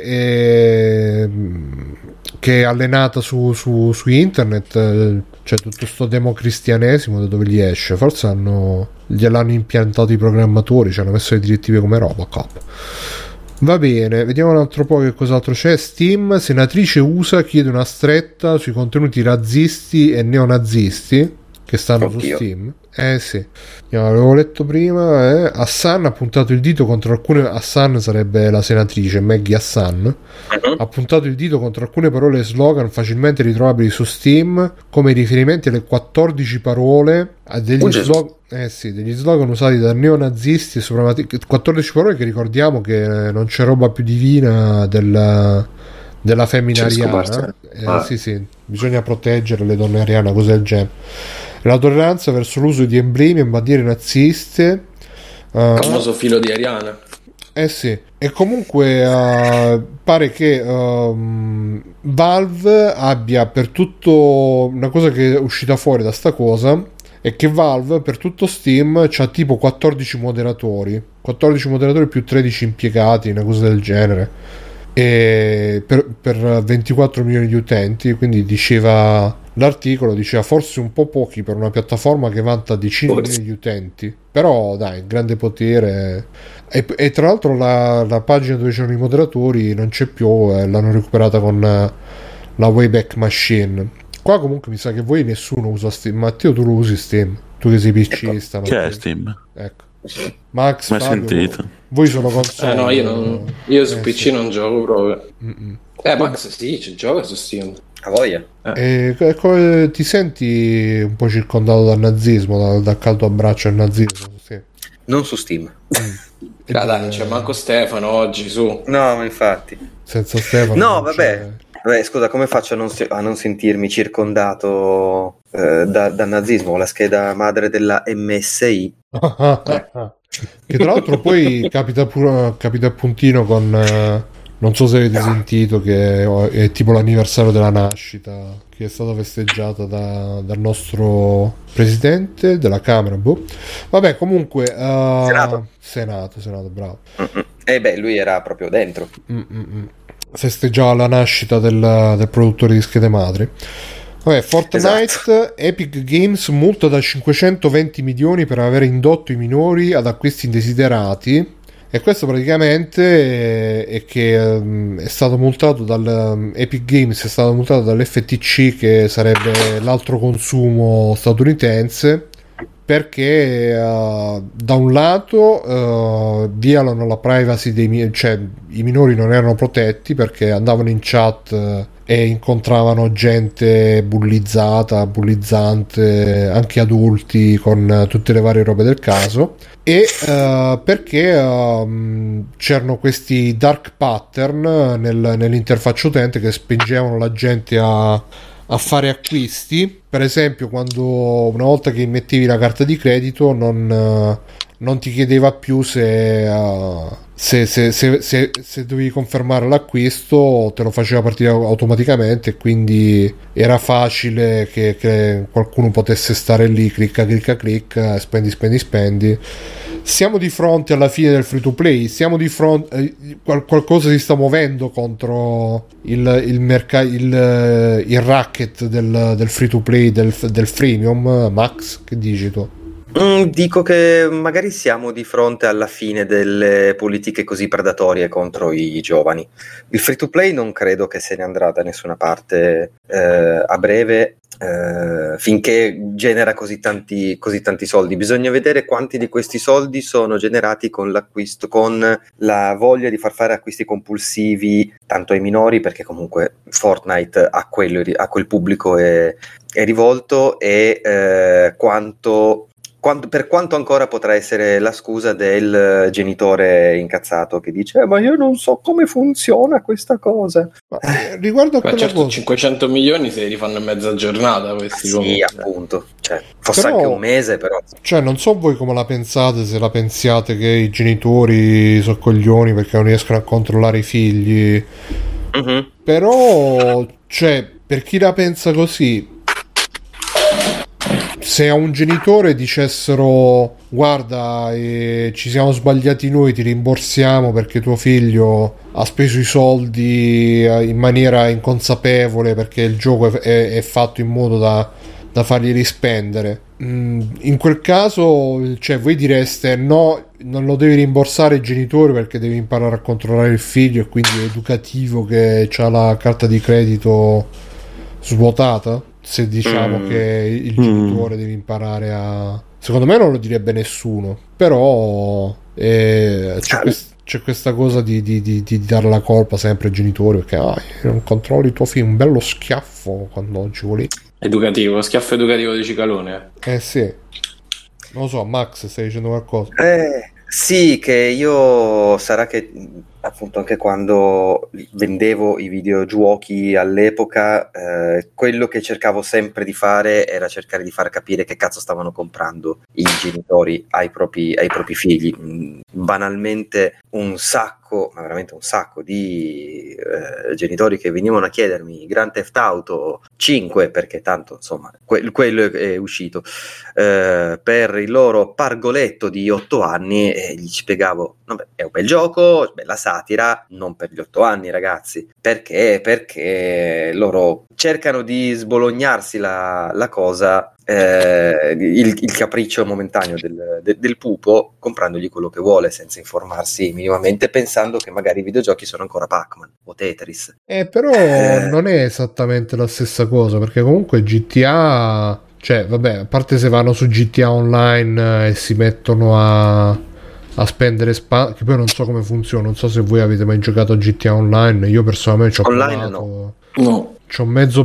è, che è allenata su, su, su internet, eh, cioè tutto sto democristianesimo da dove gli esce? Forse hanno gliel'hanno impiantato i programmatori, ci hanno messo le direttive come Robocop. Va bene, vediamo un altro po' che cos'altro c'è. Steam, senatrice U S A chiede una stretta sui contenuti razzisti e neonazisti che stanno Oddio. su Steam. Eh sì, io l'avevo letto prima. eh. Hassan ha puntato il dito contro alcune. Hassan sarebbe la senatrice Maggie Hassan. Uh-huh. Ha puntato il dito contro alcune parole e slogan facilmente ritrovabili su Steam, come riferimenti alle quattordici parole a degli, slog- eh sì, degli slogan usati da neonazisti e suprematisti. quattordici parole che ricordiamo che non c'è roba più divina del, della femmina ariana. Eh, ah. Sì, sì, bisogna proteggere le donne ariane, cose del genere. La tolleranza verso l'uso di emblemi e bandiere naziste, uh, famoso filo di Ariana. Eh sì, e comunque uh, pare che um, Valve abbia per tutto, una cosa che è uscita fuori da sta cosa è che Valve per tutto Steam c'ha tipo quattordici moderatori, quattordici moderatori più tredici impiegati, una cosa del genere, e per, per ventiquattro milioni di utenti. Quindi diceva l'articolo, diceva forse un po' pochi per una piattaforma che vanta decine di milioni di utenti, però dai, grande potere. E, e tra l'altro la, la pagina dove c'erano i moderatori non c'è più, eh, l'hanno recuperata con uh, la Wayback Machine. Qua comunque mi sa che voi nessuno usa Steam. Matteo, tu lo usi Steam? Tu che sei PCista? Che è Steam? Ecco. Max, mai Fabio, sentito? Voi sono console? Eh no, io, non, io su eh, P C sì. non gioco proprio. Mm-mm. Eh Max sì, ci gioca su Steam. A voglia. Eh. E, come ti senti un po' circondato dal nazismo, dal, dal caldo abbraccio al nazismo? Sì. Non su Steam. Mm. Ah, dai, c'è manco Stefano oggi, su. No, ma infatti. Senza Stefano. No, vabbè. Vabbè, scusa, come faccio a non, a non sentirmi circondato eh, da, dal nazismo? La scheda madre della M S I. Che tra l'altro poi capita, pure, capita a puntino con... Uh, non so se avete sentito che è, è tipo l'anniversario della nascita, che è stata festeggiata da, dal nostro presidente della Camera. Boh. Vabbè, comunque... Uh, Senato. Senato, Senato, bravo. E eh beh, lui era proprio dentro. Mm-mm. Festeggiava la nascita del, del produttore di schede madri. Vabbè, Fortnite, esatto. Epic Games multa da cinquecentoventi milioni per aver indotto i minori ad acquisti indesiderati. E questo praticamente è, è che um, è stato multato dal um, Epic Games, è stato multato dall'F T C, che sarebbe l'altro consumo statunitense, perché uh, da un lato uh, violano la privacy dei minori, cioè i minori non erano protetti perché andavano in chat uh, e incontravano gente bullizzata, bullizzante, anche adulti, con uh, tutte le varie robe del caso, e uh, perché uh, c'erano questi dark pattern nel, nell'interfaccia utente che spingevano la gente a, a fare acquisti. Per esempio, quando una volta che mettevi la carta di credito non, uh, non ti chiedeva più se, uh, se, se, se, se, se dovevi confermare l'acquisto, te lo faceva partire automaticamente, e quindi era facile che, che qualcuno potesse stare lì, clicca clicca clicca, spendi spendi spendi. Siamo di fronte alla fine del free to play, siamo di fronte eh, qual- qualcosa si sta muovendo contro il, il, merc- il, il racket del, del free to play, del, del freemium. Max, che dici tu? Mm, dico che magari siamo di fronte alla fine delle politiche così predatorie contro i giovani. Il free to play non credo che se ne andrà da nessuna parte eh, a breve, eh, finché genera così tanti, così tanti soldi. Bisogna vedere quanti di questi soldi sono generati con l'acquisto, con la voglia di far fare acquisti compulsivi tanto ai minori, perché comunque Fortnite a, quello, a quel pubblico è, è rivolto, e eh, quanto... Quanto, per quanto ancora potrà essere la scusa del genitore incazzato che dice eh, ma io non so come funziona questa cosa. Ma, eh, riguardo a quella certo, cosa, cinquecento milioni se li rifanno in mezza giornata questi. Sì, comunque. appunto, cioè, fosse però, anche un mese, però cioè non so voi come la pensate, se la pensiate che i genitori sono coglioni perché non riescono a controllare i figli. Mm-hmm. Però cioè, per chi la pensa così, se a un genitore dicessero guarda eh, ci siamo sbagliati noi, ti rimborsiamo perché tuo figlio ha speso i soldi in maniera inconsapevole, perché il gioco è, è, è fatto in modo da da fargli rispendere. Mm, in quel caso, cioè, voi direste no, non lo devi rimborsare ai genitori perché devi imparare a controllare il figlio e quindi è educativo che ha la carta di credito svuotata, se diciamo mm. che il genitore mm. deve imparare a... Secondo me non lo direbbe nessuno, però eh, c'è, quest- c'è questa cosa di, di, di, di dare la colpa sempre ai genitori perché ah, non controlli il tuo figlio, un bello schiaffo quando ci vuole. Educativo, schiaffo educativo di Cicalone. Eh sì, non lo so, Max, stai dicendo qualcosa? Eh, sì, che io sarà che appunto anche quando vendevo i videogiochi all'epoca, eh, quello che cercavo sempre di fare era cercare di far capire che cazzo stavano comprando i genitori ai propri, ai propri figli. Banalmente un sacco, ma veramente un sacco di eh, genitori che venivano a chiedermi Grand Theft Auto cinque, perché tanto insomma que- quello è uscito, eh, per il loro pargoletto di otto anni, e gli spiegavo vabbè, è un bel gioco, bella satira, non per gli otto anni ragazzi, perché perché loro cercano di sbolognarsi la, la cosa, eh, il, il capriccio momentaneo del, de, del pupo, comprandogli quello che vuole senza informarsi minimamente, pensando che magari i videogiochi sono ancora Pac-Man o Tetris. Eh, però eh... non è esattamente la stessa cosa, perché comunque G T A, cioè vabbè, a parte se vanno su G T A Online e si mettono a a spendere spazio, che poi non so come funziona, non so se voi avete mai giocato a G T A Online, io personalmente ci ho Online provato, no. no. Ci ho mezzo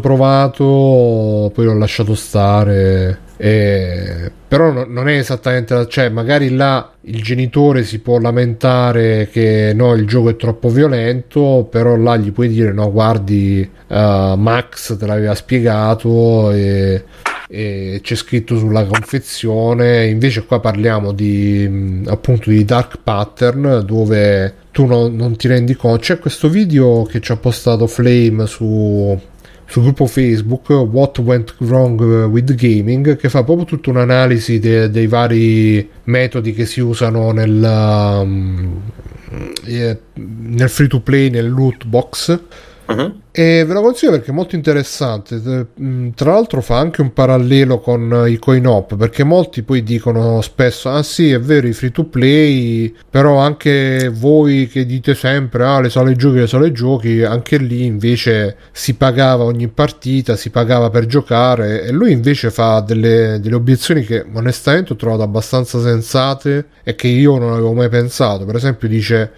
provato, poi l'ho lasciato stare, e... però no, non è esattamente, cioè magari là il genitore si può lamentare che no, il gioco è troppo violento, però là gli puoi dire no, guardi, uh, Max te l'aveva spiegato e... e c'è scritto sulla confezione. Invece qua parliamo di appunto di dark pattern, dove tu no, non ti rendi conto. C'è questo video che ci ha postato Flame su sul gruppo Facebook What Went Wrong with Gaming, che fa proprio tutta un'analisi de, dei vari metodi che si usano nel um, nel free to play, nel loot box. Uh-huh. E ve lo consiglio perché è molto interessante. Tra l'altro fa anche un parallelo con i coin op, perché molti poi dicono spesso ah sì, è vero, i free to play, però anche voi che dite sempre ah le sale giochi, le sale giochi, anche lì invece si pagava ogni partita, si pagava per giocare. E lui invece fa delle, delle obiezioni che onestamente ho trovato abbastanza sensate e che io non avevo mai pensato. Per esempio dice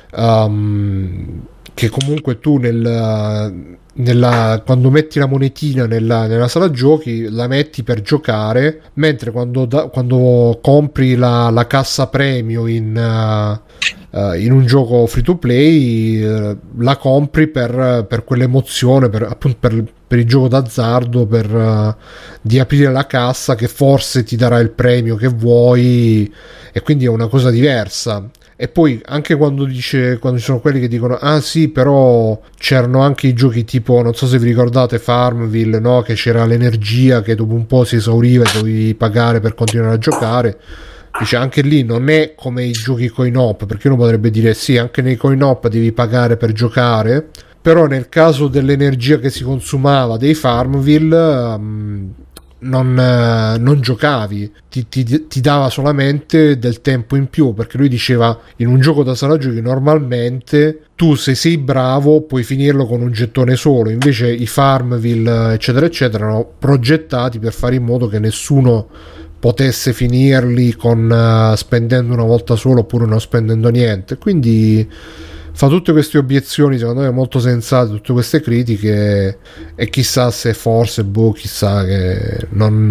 um, che comunque tu nel, nella, quando metti la monetina nella, nella sala giochi la metti per giocare, mentre quando, da, quando compri la, la cassa premio in, uh, uh, in un gioco free to play uh, la compri per, per quell'emozione, per, appunto per, per il gioco d'azzardo, per uh, di aprire la cassa che forse ti darà il premio che vuoi, e quindi è una cosa diversa. E poi anche quando dice, quando ci sono quelli che dicono ah sì, però c'erano anche i giochi tipo, non so se vi ricordate Farmville, no? Che c'era l'energia che dopo un po' si esauriva e dovevi pagare per continuare a giocare. Dice anche lì non è come i giochi coin op, perché uno potrebbe dire sì, anche nei coin op devi pagare per giocare, però nel caso dell'energia che si consumava dei Farmville um, Non, eh, non giocavi, ti, ti, ti dava solamente del tempo in più, perché lui diceva in un gioco da sala giochi normalmente tu se sei bravo puoi finirlo con un gettone solo, invece i Farmville eccetera eccetera erano progettati per fare in modo che nessuno potesse finirli con uh, spendendo una volta solo oppure non spendendo niente. Quindi fa tutte queste obiezioni secondo me molto sensate, tutte queste critiche, e chissà se forse boh chissà che non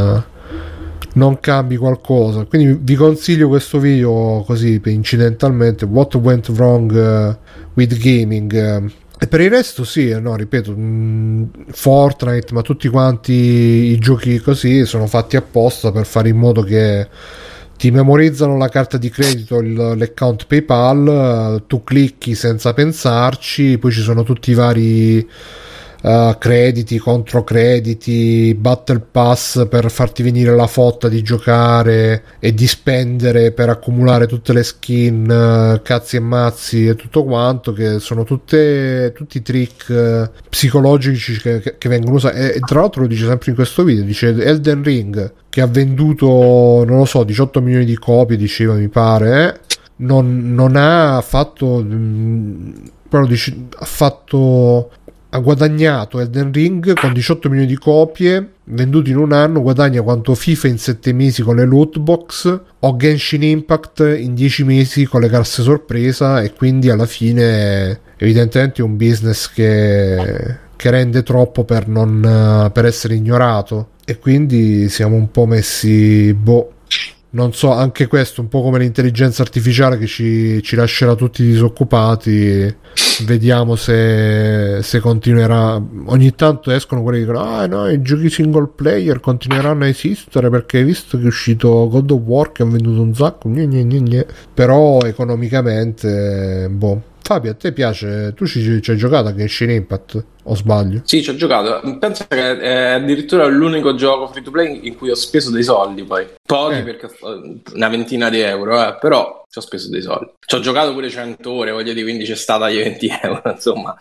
uh, non cambi qualcosa. Quindi vi consiglio questo video così incidentalmente, What Went Wrong uh, with Gaming. E per il resto sì, no, ripeto, mh, Fortnite, ma tutti quanti i giochi così sono fatti apposta per fare in modo che ti memorizzano la carta di credito, il, l'account PayPal, tu clicchi senza pensarci, poi ci sono tutti i vari uh, crediti, controcrediti, battle pass per farti venire la fotta di giocare e di spendere per accumulare tutte le skin, uh, cazzi e mazzi e tutto quanto, che sono tutte tutti trick uh, psicologici che, che, che vengono usati. E, e tra l'altro lo dice sempre in questo video, dice Elden Ring, che ha venduto, non lo so, diciotto milioni di copie, diceva, mi pare, eh? non, non ha fatto mh, però dice, ha fatto ha guadagnato Elden Ring con diciotto milioni di copie venduti in un anno, guadagna quanto FIFA in sette mesi con le loot box o Genshin Impact in dieci mesi con le casse sorpresa, e quindi alla fine evidentemente è un business che, che rende troppo per, non, per essere ignorato, e quindi siamo un po' messi, boh, non so, anche questo un po' come l'intelligenza artificiale che ci, ci lascerà tutti disoccupati. Vediamo se, se continuerà. Ogni tanto escono quelli che dicono ah no, i giochi single player continueranno a esistere perché hai visto che è uscito God of War che ha venduto un sacco, gne, gne, gne, gne. Però economicamente boh. Fabio, a te piace? Tu ci, ci hai giocato a Genshin Impact? O sbaglio? Sì, ci ho giocato. Penso che è addirittura l'unico gioco free to play in cui ho speso dei soldi, poi. Pochi, eh. perché una ventina di euro, eh, però ci ho speso dei soldi. Ci ho giocato pure cento ore, voglio dire, quindi c'è stata gli venti euro, insomma.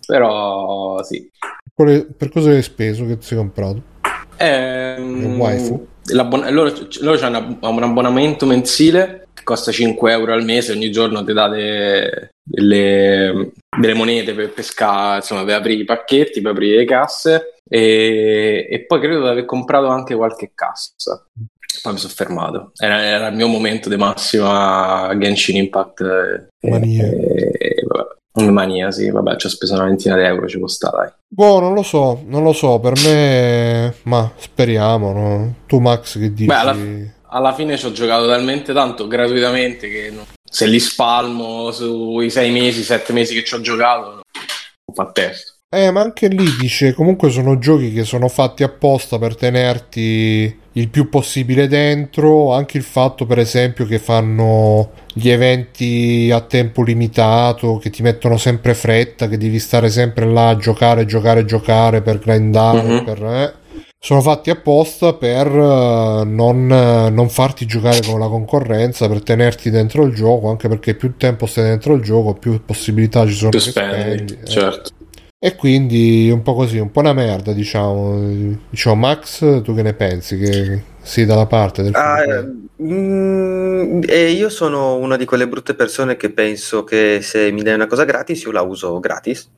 Però, sì. Quale, per cosa hai speso? Che ti hai comprato? Ehm, waifu? Loro, loro hanno un abbonamento mensile che costa cinque euro al mese, ogni giorno ti date delle, delle monete per pescare, insomma, per aprire i pacchetti, per aprire le casse, e, e poi credo di aver comprato anche qualche cassa. Poi mi sono fermato, era, era il mio momento di massima Genshin Impact. Mania. E, e, vabbè. Una mania, sì, vabbè, ci ho speso una ventina di euro, ci costa, dai. Boh, non lo so, non lo so, per me, ma speriamo, no? Tu Max che dici? Beh, alla, alla fine ci ho giocato talmente tanto gratuitamente che no, se li spalmo sui sei mesi, sette mesi che ci ho giocato, non fa testo. Eh, ma anche lì dice, comunque sono giochi che sono fatti apposta per tenerti il più possibile dentro, anche il fatto per esempio che fanno gli eventi a tempo limitato, che ti mettono sempre fretta, che devi stare sempre là a giocare, giocare, giocare per grindare, mm-hmm. per, eh. sono fatti apposta per uh, non, uh, non farti giocare con la concorrenza, per tenerti dentro il gioco, anche perché più tempo stai dentro il gioco più possibilità ci sono più che spendi, spendi, certo. Eh. E quindi un po' così, un po' una merda, diciamo. Diciamo, Max, tu che ne pensi? Che sei dalla parte del ah, mm, e io sono una di quelle brutte persone che penso che se mi dai una cosa gratis io la uso gratis.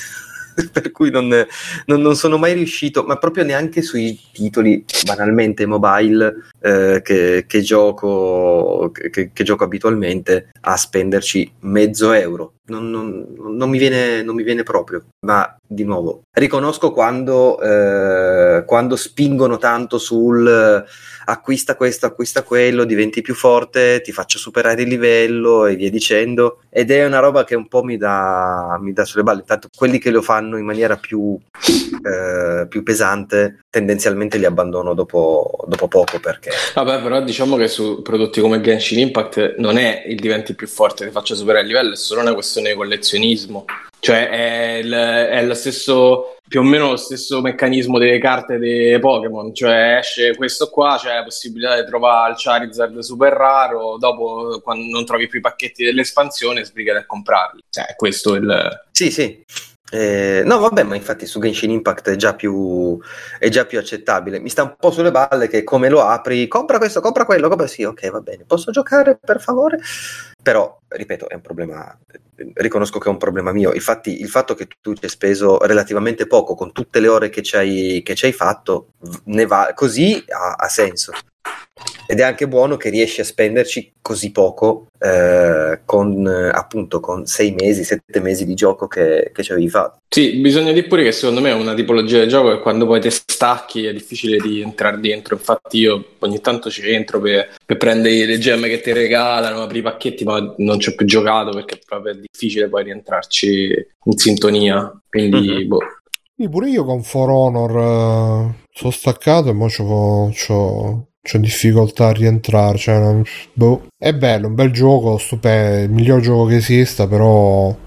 Per cui non, non, non sono mai riuscito, ma proprio neanche sui titoli banalmente mobile eh, che, che gioco che, che gioco abitualmente, a spenderci mezzo euro. Non, non, non, mi viene, non mi viene proprio. Ma di nuovo riconosco quando, eh, quando spingono tanto sul eh, acquista questo, acquista quello, diventi più forte, ti faccio superare il livello e via dicendo, ed è una roba che un po' mi dà, mi dà sulle balle. Intanto quelli che lo fanno in maniera più, eh, più pesante tendenzialmente li abbandono dopo, dopo poco, perché vabbè, però diciamo che su prodotti come Genshin Impact non è il diventi più forte, ti faccio superare il livello, è solo una questione di collezionismo, cioè è, il, è lo stesso, più o meno lo stesso meccanismo delle carte dei Pokémon, cioè esce questo qua, c'è la possibilità di trovare il Charizard super raro, dopo quando non trovi più i pacchetti dell'espansione sbrigati a comprarli, cioè questo è il... Sì, sì. Eh, no vabbè, ma infatti su Genshin Impact è già più è già più accettabile. Mi sta un po' sulle balle che come lo apri, compra questo, compra quello, compra... sì, ok, va bene, posso giocare per favore? Però ripeto, è un problema, riconosco che è un problema mio. Infatti il fatto che tu ci hai speso relativamente poco con tutte le ore che ci hai, che ci hai fatto, ne va così, ha, ha senso. Ed è anche buono che riesci a spenderci così poco eh, con appunto con sei mesi, sette mesi di gioco che, che ci avevi fatto. Sì, bisogna dire pure che secondo me è una tipologia di gioco che quando poi te stacchi è difficile di entrare dentro. Infatti io ogni tanto ci entro per, per prendere le gemme che ti regalano, apri i pacchetti, ma non ci ho più giocato perché proprio è difficile poi rientrarci in sintonia. Quindi mm-hmm. boh. Sì, pure io con For Honor uh, sono staccato e mo c'ho, c'ho... c'ho difficoltà a rientrare, cioè, non, boh. È bello, un bel gioco, stupendo, il miglior gioco che esista, però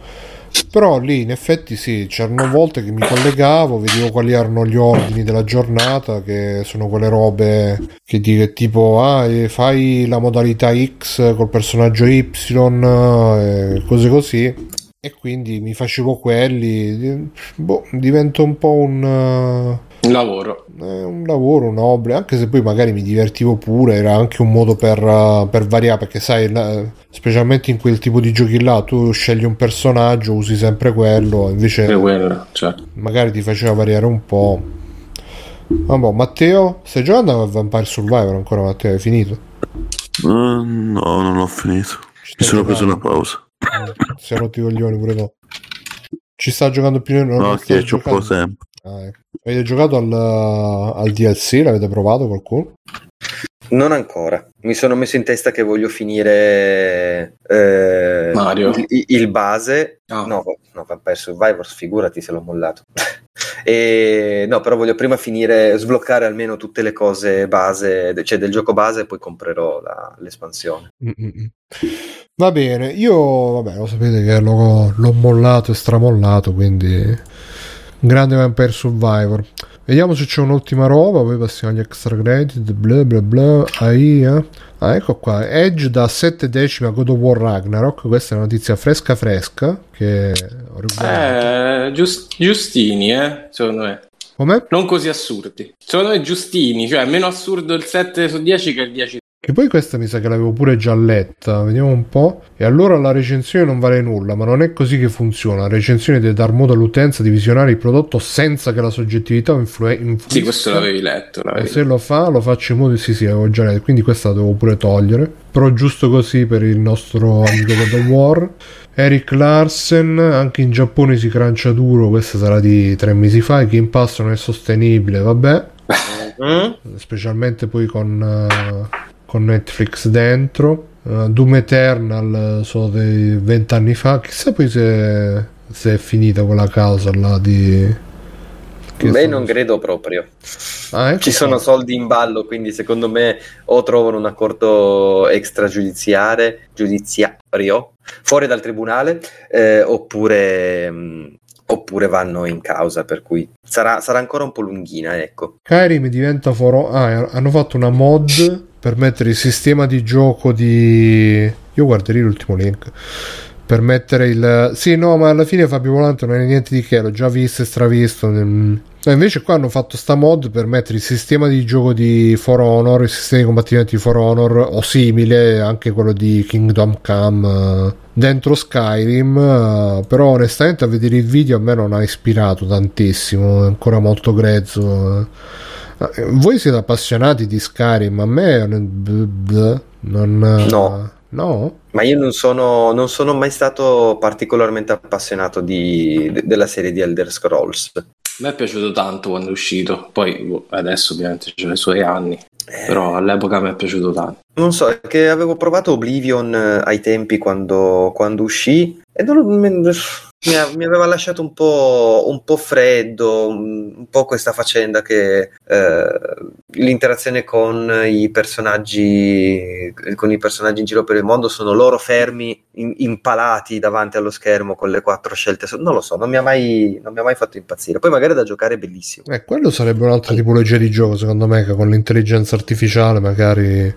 Però lì in effetti sì, c'erano volte che mi collegavo, vedevo quali erano gli ordini della giornata, che sono quelle robe che dico tipo ah, fai la modalità X col personaggio Y, e cose così, e quindi mi facevo quelli. Boh, diventa un po' un... Un lavoro. Eh, un lavoro, un obbligo, anche se poi magari mi divertivo pure, era anche un modo per, uh, per variare, perché sai, la, specialmente in quel tipo di giochi là, tu scegli un personaggio, usi sempre quello, invece quello, certo. magari ti faceva variare un po'. Vabbè, Matteo, stai giocando a Vampire Survivor ancora, Matteo? Hai finito? Uh, no, non ho finito. Mi sono preso una pausa. Eh, si è rotti i coglioni pure no. Ci sta giocando più? Non no, che c'ho un po' sempre. Ah, ecco. Avete giocato al, al D L C? L'avete provato qualcuno? Non ancora. Mi sono messo in testa che voglio finire eh, Mario il, il base. Oh. No, no, Vampire Survivors, figurati se l'ho mollato. E, no, però voglio prima finire, sbloccare almeno tutte le cose base, cioè del gioco base, e poi comprerò la, l'espansione. Mm-mm. Va bene, io vabbè, lo sapete che l'ho, l'ho mollato e stramollato, quindi grande Vampire Survivor. Vediamo se c'è un'ultima roba, poi passiamo agli extra credit, bla bla bla. A I A. Ah, ecco qua, Edge da sette decimi a God of War Ragnarok. Questa è una notizia fresca fresca che ho riguardato. Eh, giust- giustini, eh, secondo me. Come? Non così assurdi. Secondo me giustini, cioè meno assurdo il sette su dieci che il dieci. Che poi questa mi sa che l'avevo pure già letta, vediamo un po'. E allora la recensione non vale nulla, ma non è così che funziona. La recensione deve dar modo all'utenza di visionare il prodotto senza che la soggettività influ- influisca. Sì, questo l'avevi letto. L'avevi e se lo fa, lo faccio in modo sì, sì, avevo già letto, quindi questa la devo pure togliere. Però giusto così per il nostro amico God of War. Eric Larsen, anche in Giappone si crancia duro, questa sarà di tre mesi fa. Il Game Pass non è sostenibile, vabbè. Mm? Specialmente poi con... Uh, con Netflix dentro. uh, Doom Eternal sono dei vent'anni fa, chissà poi se, se è finita quella causa là di... Che Beh, non credo proprio. Ah, ecco ci sono qua. Soldi in ballo, quindi secondo me o trovano un accordo extragiudiziale giudiziario fuori dal tribunale, eh, oppure mh, oppure vanno in causa, per cui sarà, sarà ancora un po' lunghina, ecco. Skyrim diventa foro... Ah, hanno fatto una mod per mettere il sistema di gioco di... Io guarderei l'ultimo link. Per mettere il... Sì, no, ma alla fine Fabio Volante non è niente di che, l'ho già visto e stravisto. E invece qua hanno fatto sta mod per mettere il sistema di gioco di For Honor, il sistema di combattimento di For Honor, o simile, anche quello di Kingdom Come, dentro Skyrim. Però onestamente a vedere il video a me non ha ispirato tantissimo, è ancora molto grezzo. Voi siete appassionati di Skyrim? A me non... No. No? Ma io non sono, non sono mai stato particolarmente appassionato di, de, della serie di Elder Scrolls. A me è piaciuto tanto quando è uscito, poi adesso ovviamente c'è i suoi anni, eh. però all'epoca mi è piaciuto tanto. Non so, è che avevo provato Oblivion ai tempi quando, quando uscì e non, mi, mi aveva lasciato un po', un po' freddo, un po' questa faccenda che eh, l'interazione con i personaggi con i personaggi in giro per il mondo sono loro fermi, in, impalati davanti allo schermo con le quattro scelte. Non lo so, non mi ha mai, non mi ha mai fatto impazzire. Poi magari da giocare è bellissimo. Eh, quello sarebbe un'altra tipologia di gioco, secondo me, che con l'intelligenza artificiale magari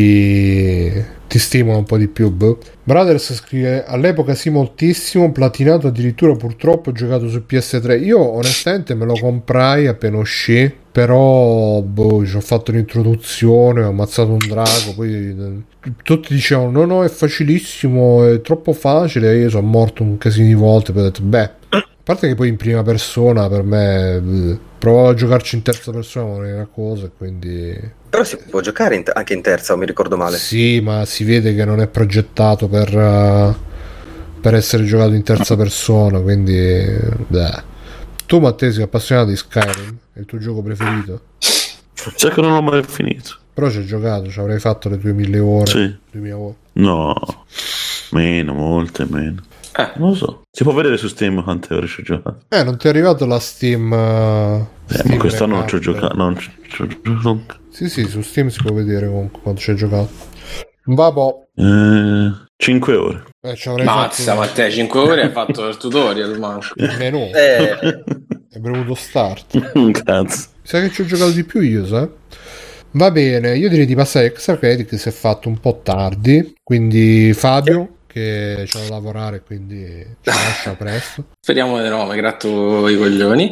ti... ti stimola un po' di più. Boh. Brothers scrive: all'epoca sì, moltissimo, platinato addirittura, purtroppo giocato su P S tre. Io onestamente me lo comprai appena uscì, però boh, ci ho fatto l'introduzione, ho ammazzato un drago, poi tutti dicevano no no è facilissimo, è troppo facile, io sono morto un casino di volte, poi ho detto beh, a parte che poi in prima persona per me bleh, provavo a giocarci in terza persona, ma non era cosa, quindi... Però si può giocare in t- anche in terza, o mi ricordo male? Sì, ma si vede che non è progettato per, uh, per essere giocato in terza persona, quindi beh. Tu Matteo sei appassionato di Skyrim? È il tuo gioco preferito? Sai che non l'ho mai finito. Però ci hai giocato, ci avrei fatto le tue mille ore. Sì. duemila ore. No, meno, molte meno. Eh, non lo so. Si può vedere su Steam quante ore ci ho giocato. Eh, non ti è arrivato la Steam... Uh, eh, Steam ma quest'anno non ci ho giocato. Non ci ho giocato. Sì, sì, su Steam si può vedere comunque quanto ci hai giocato. Vabbè. Eh, cinque ore. Eh, ci avrei Mazza, fatto... ma te cinque ore hai fatto il tutorial, manco. Meno. Eh, È bevuto start. Cazzo. Sai che ci ho giocato di più io, sai? Va bene, io direi di passare extra credit, che si è fatto un po' tardi, quindi Fabio, che c'è da lavorare, quindi ci lascia presto. Speriamo di no, mi gratto i coglioni.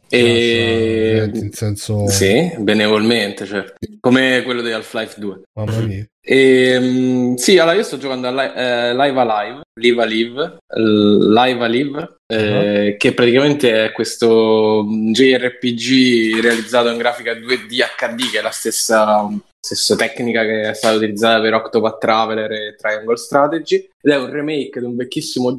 E... Lascia, in senso... Sì, benevolmente, certo. Come quello di Half-Life due. Mamma mia. E, um, sì, allora io sto giocando a Li- eh, Live Alive, Live Alive, Live Alive, eh, uh-huh. che praticamente è questo J R P G realizzato in grafica due D H D, che è la stessa, stessa tecnica che è stata utilizzata per Octopath Traveler e Triangle Strategy, ed è un remake di un vecchissimo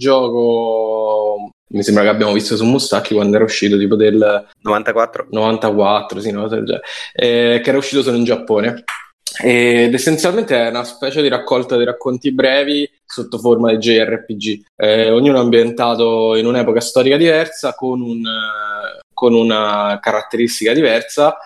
gioco. Mi sembra che abbiamo visto su Mustacchi quando era uscito, tipo del novantaquattro novantaquattro, sì, no, del genere, eh, che era uscito solo in Giappone. Ed essenzialmente è una specie di raccolta di racconti brevi sotto forma di J R P G, eh, ognuno ambientato in un'epoca storica diversa con, un, con una caratteristica diversa,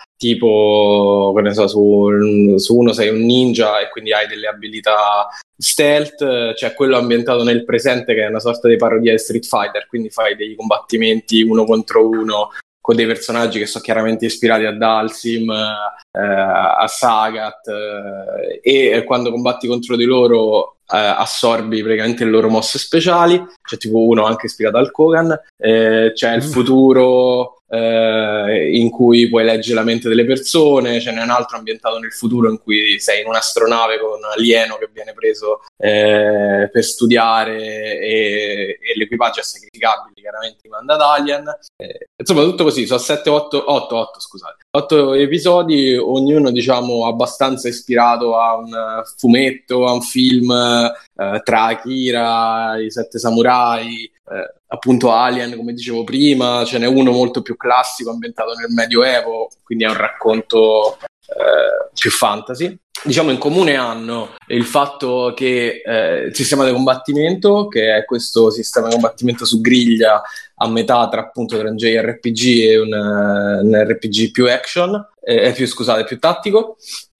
tipo, che ne so, su, su uno sei un ninja e quindi hai delle abilità stealth, c'è quello ambientato nel presente che è una sorta di parodia di Street Fighter, quindi fai dei combattimenti uno contro uno con dei personaggi che sono chiaramente ispirati a Dalsim, eh, a Sagat, eh, e quando combatti contro di loro eh, assorbi praticamente le loro mosse speciali. C'è tipo uno anche ispirato al Kogan, eh, c'è il futuro eh, in cui puoi leggere la mente delle persone, ce n'è un altro ambientato nel futuro in cui sei in un'astronave con un alieno che viene preso eh, per studiare e, e l'equipaggio è sacrificabile, chiaramente manda ad Alien. Eh, insomma, tutto così, sono sette otto otto otto scusate otto episodi, ognuno diciamo abbastanza ispirato a un fumetto, a un film eh, tra Akira, i Sette Samurai, eh, appunto Alien, come dicevo prima. Ce n'è uno molto più classico ambientato nel Medioevo, quindi è un racconto eh, più fantasy. Diciamo in comune hanno il fatto che eh, il sistema di combattimento, che è questo sistema di combattimento su griglia a metà tra appunto tra un J R P G e un, uh, un R P G più action, eh, più scusate, più tattico,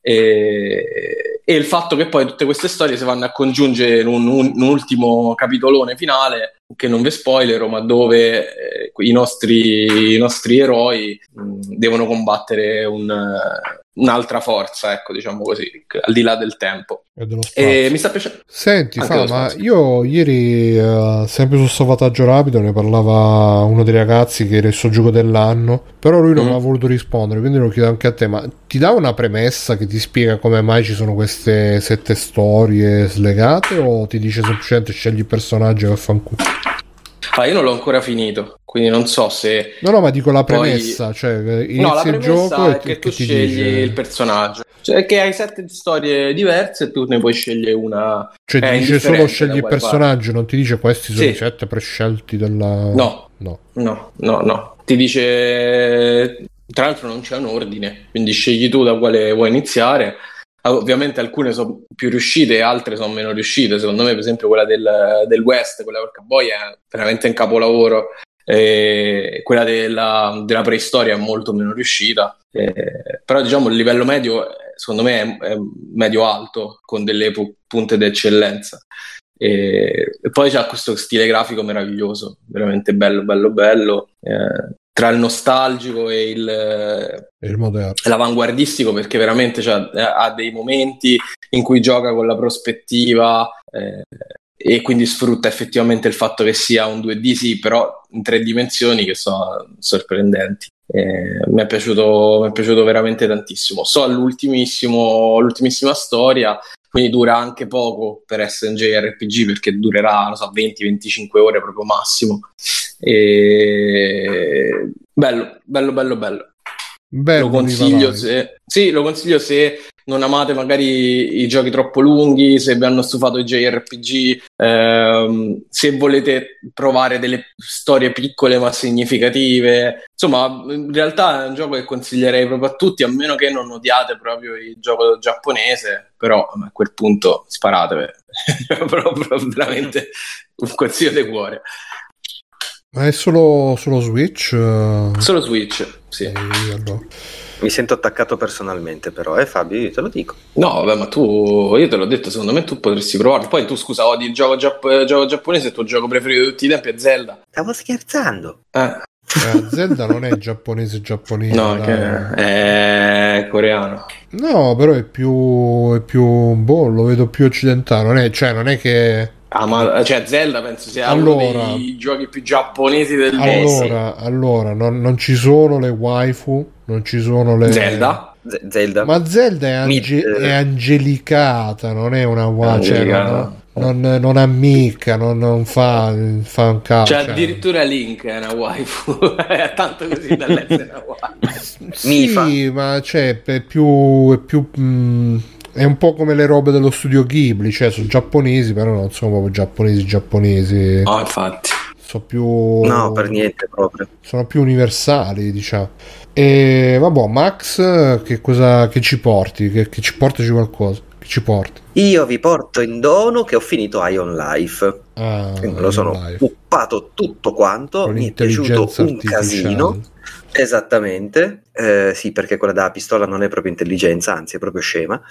e, e il fatto che poi tutte queste storie si vanno a congiungere in un, un, un ultimo capitolone finale, che non vi spoilerò, ma dove eh, i, nostri, i nostri eroi mh, devono combattere un, uh, un'altra forza, ecco, diciamo così, al di là del tempo. E dello E mi sta piacendo. Senti, fa, ma io ieri, uh, sempre su Salvataggio Rapido, ne parlava uno dei ragazzi che era il suo gioco dell'anno, però lui non mm. mi ha voluto rispondere, quindi lo chiedo anche a te, ma ti dà una premessa che ti spiega come mai ci sono queste sette storie slegate, o ti dice semplicemente scegli il personaggio e vaffanculo? Ah, io non l'ho ancora finito, quindi non so se... No, no, ma dico la premessa, poi... cioè inizia no, la il gioco è e che ti, tu che ti scegli dice... il personaggio, cioè che hai sette storie diverse e tu ne puoi scegliere una. Cioè ti dice solo scegli il personaggio, parte. Non ti dice questi sono sì. i sette prescelti della... No, no, no, no, no. Ti dice... Tra l'altro non c'è un ordine, quindi scegli tu da quale vuoi iniziare. Ovviamente alcune sono più riuscite e altre sono meno riuscite. Secondo me, per esempio, quella del, del West, quella del Cowboy, è veramente un capolavoro. E quella della, della preistoria è molto meno riuscita. E, però, diciamo, il livello medio, secondo me, è, è medio-alto, con delle pu- punte d'eccellenza. E, e poi c'ha questo stile grafico meraviglioso, veramente bello, bello, bello. Eh, tra il nostalgico e il, il moderno, l'avanguardistico, perché veramente cioè, ha dei momenti in cui gioca con la prospettiva eh, e quindi sfrutta effettivamente il fatto che sia un due D, sì, però in tre dimensioni, che sono sorprendenti. Eh, mi è piaciuto, mi è piaciuto veramente tantissimo. So l'ultimissimo, l'ultimissima storia, quindi dura anche poco per essere un J R P G, perché durerà, non so, venti venticinque ore proprio massimo. E... bello, bello, bello, bello. Bello, lo consiglio se... sì, lo consiglio se non amate magari i giochi troppo lunghi, se vi hanno stufato i J R P G, ehm, se volete provare delle storie piccole ma significative. Insomma, in realtà è un gioco che consiglierei proprio a tutti, a meno che non odiate proprio il gioco giapponese, però a quel punto sparatevi. Proprio veramente un consiglio di cuore. Ma è solo, solo Switch? Solo Switch, sì. Eh, allora. Mi sento attaccato personalmente, però, eh Fabio, io te lo dico. No, vabbè, ma tu, io te l'ho detto, secondo me tu potresti provarlo. Poi tu, scusa, odi il gioco, giapp- gioco giapponese, il tuo gioco preferito di tutti i tempi è Zelda. Stavo scherzando. Eh. Eh, Zelda non è giapponese giapponese. No, dai. che è coreano. No, però è più, è più, boh, lo vedo più occidentale. Non è, cioè, non è che... Ah, ma cioè Zelda penso sia Allora, uno dei giochi più giapponesi del mondo. Allora, allora non, non ci sono le waifu, non ci sono le... Zelda? Z- Zelda. Ma Zelda è, ange- Mid- è angelicata, non è una waifu, cioè, Angelicata. non, non, non ammicca, non, non fa, fa un cazzo. Cioè addirittura Link è una waifu. È tanto così dall'essere una waifu. Sì, Mifa. ma cioè, è più... È più mh, è un po' come le robe dello studio Ghibli, cioè sono giapponesi, però non sono proprio giapponesi giapponesi. No, infatti. Sono più... No, per niente proprio. Sono più universali, diciamo. E vabbè, Max, che cosa che ci porti? Che, che ci portaci qualcosa? Che ci porti? Io vi porto in dono che ho finito Ion Life. Ah, Quindi me lo sono live. uppato tutto quanto. Con Mi è piaciuto l'intelligenza un artificiale. casino. Esattamente, eh, sì, perché quella da pistola non è proprio intelligenza, anzi è proprio scema.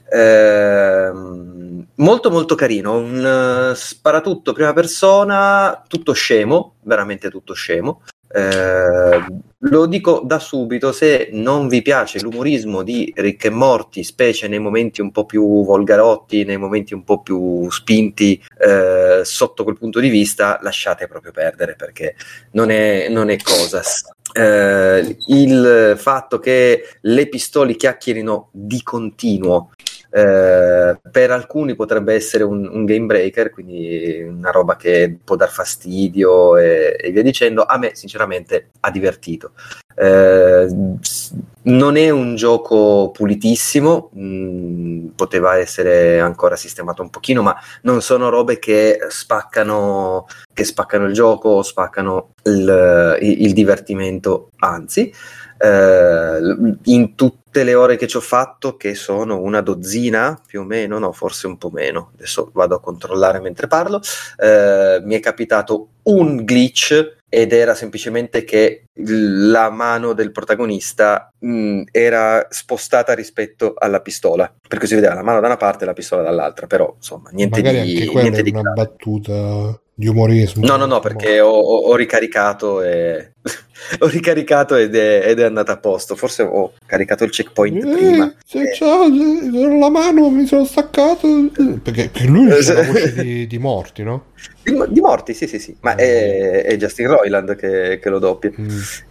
Ehm, molto molto carino, un uh, sparatutto prima persona, tutto scemo, veramente tutto scemo. Eh, lo dico da subito, se non vi piace l'umorismo di Rick e Morty, specie nei momenti un po' più volgarotti, nei momenti un po' più spinti eh, sotto quel punto di vista, lasciate proprio perdere, perché non è, non è cosa. Eh, il fatto che le pistole chiacchierino di continuo eh, per alcuni potrebbe essere un, un game breaker, quindi una roba che può dar fastidio e, e via dicendo. A me sinceramente ha divertito. Eh, non è un gioco pulitissimo, mh, poteva essere ancora sistemato un pochino, ma non sono robe che spaccano che spaccano il gioco o spaccano il, il, il divertimento, anzi eh, in tutte le ore che ci ho fatto, che sono una dozzina più o meno, no, forse un po' meno, adesso vado a controllare mentre parlo, eh, mi è capitato un glitch ed era semplicemente che la mano del protagonista mh, era spostata rispetto alla pistola, per cui si vedeva la mano da una parte e la pistola dall'altra, però insomma niente Magari di anche quella niente è di una grave. battuta di umorismo. No, no, no, perché ho, ho, ho ricaricato e ho ricaricato ed è, ed è andata a posto. Forse ho caricato il checkpoint Eh, prima. se Eh. c'ho la mano mi sono staccato perché, perché lui c'ha la voce di, di Morty, no? Di, di Morty, sì, sì, sì, ma è, è Justin Roiland che, che lo doppia. Mm.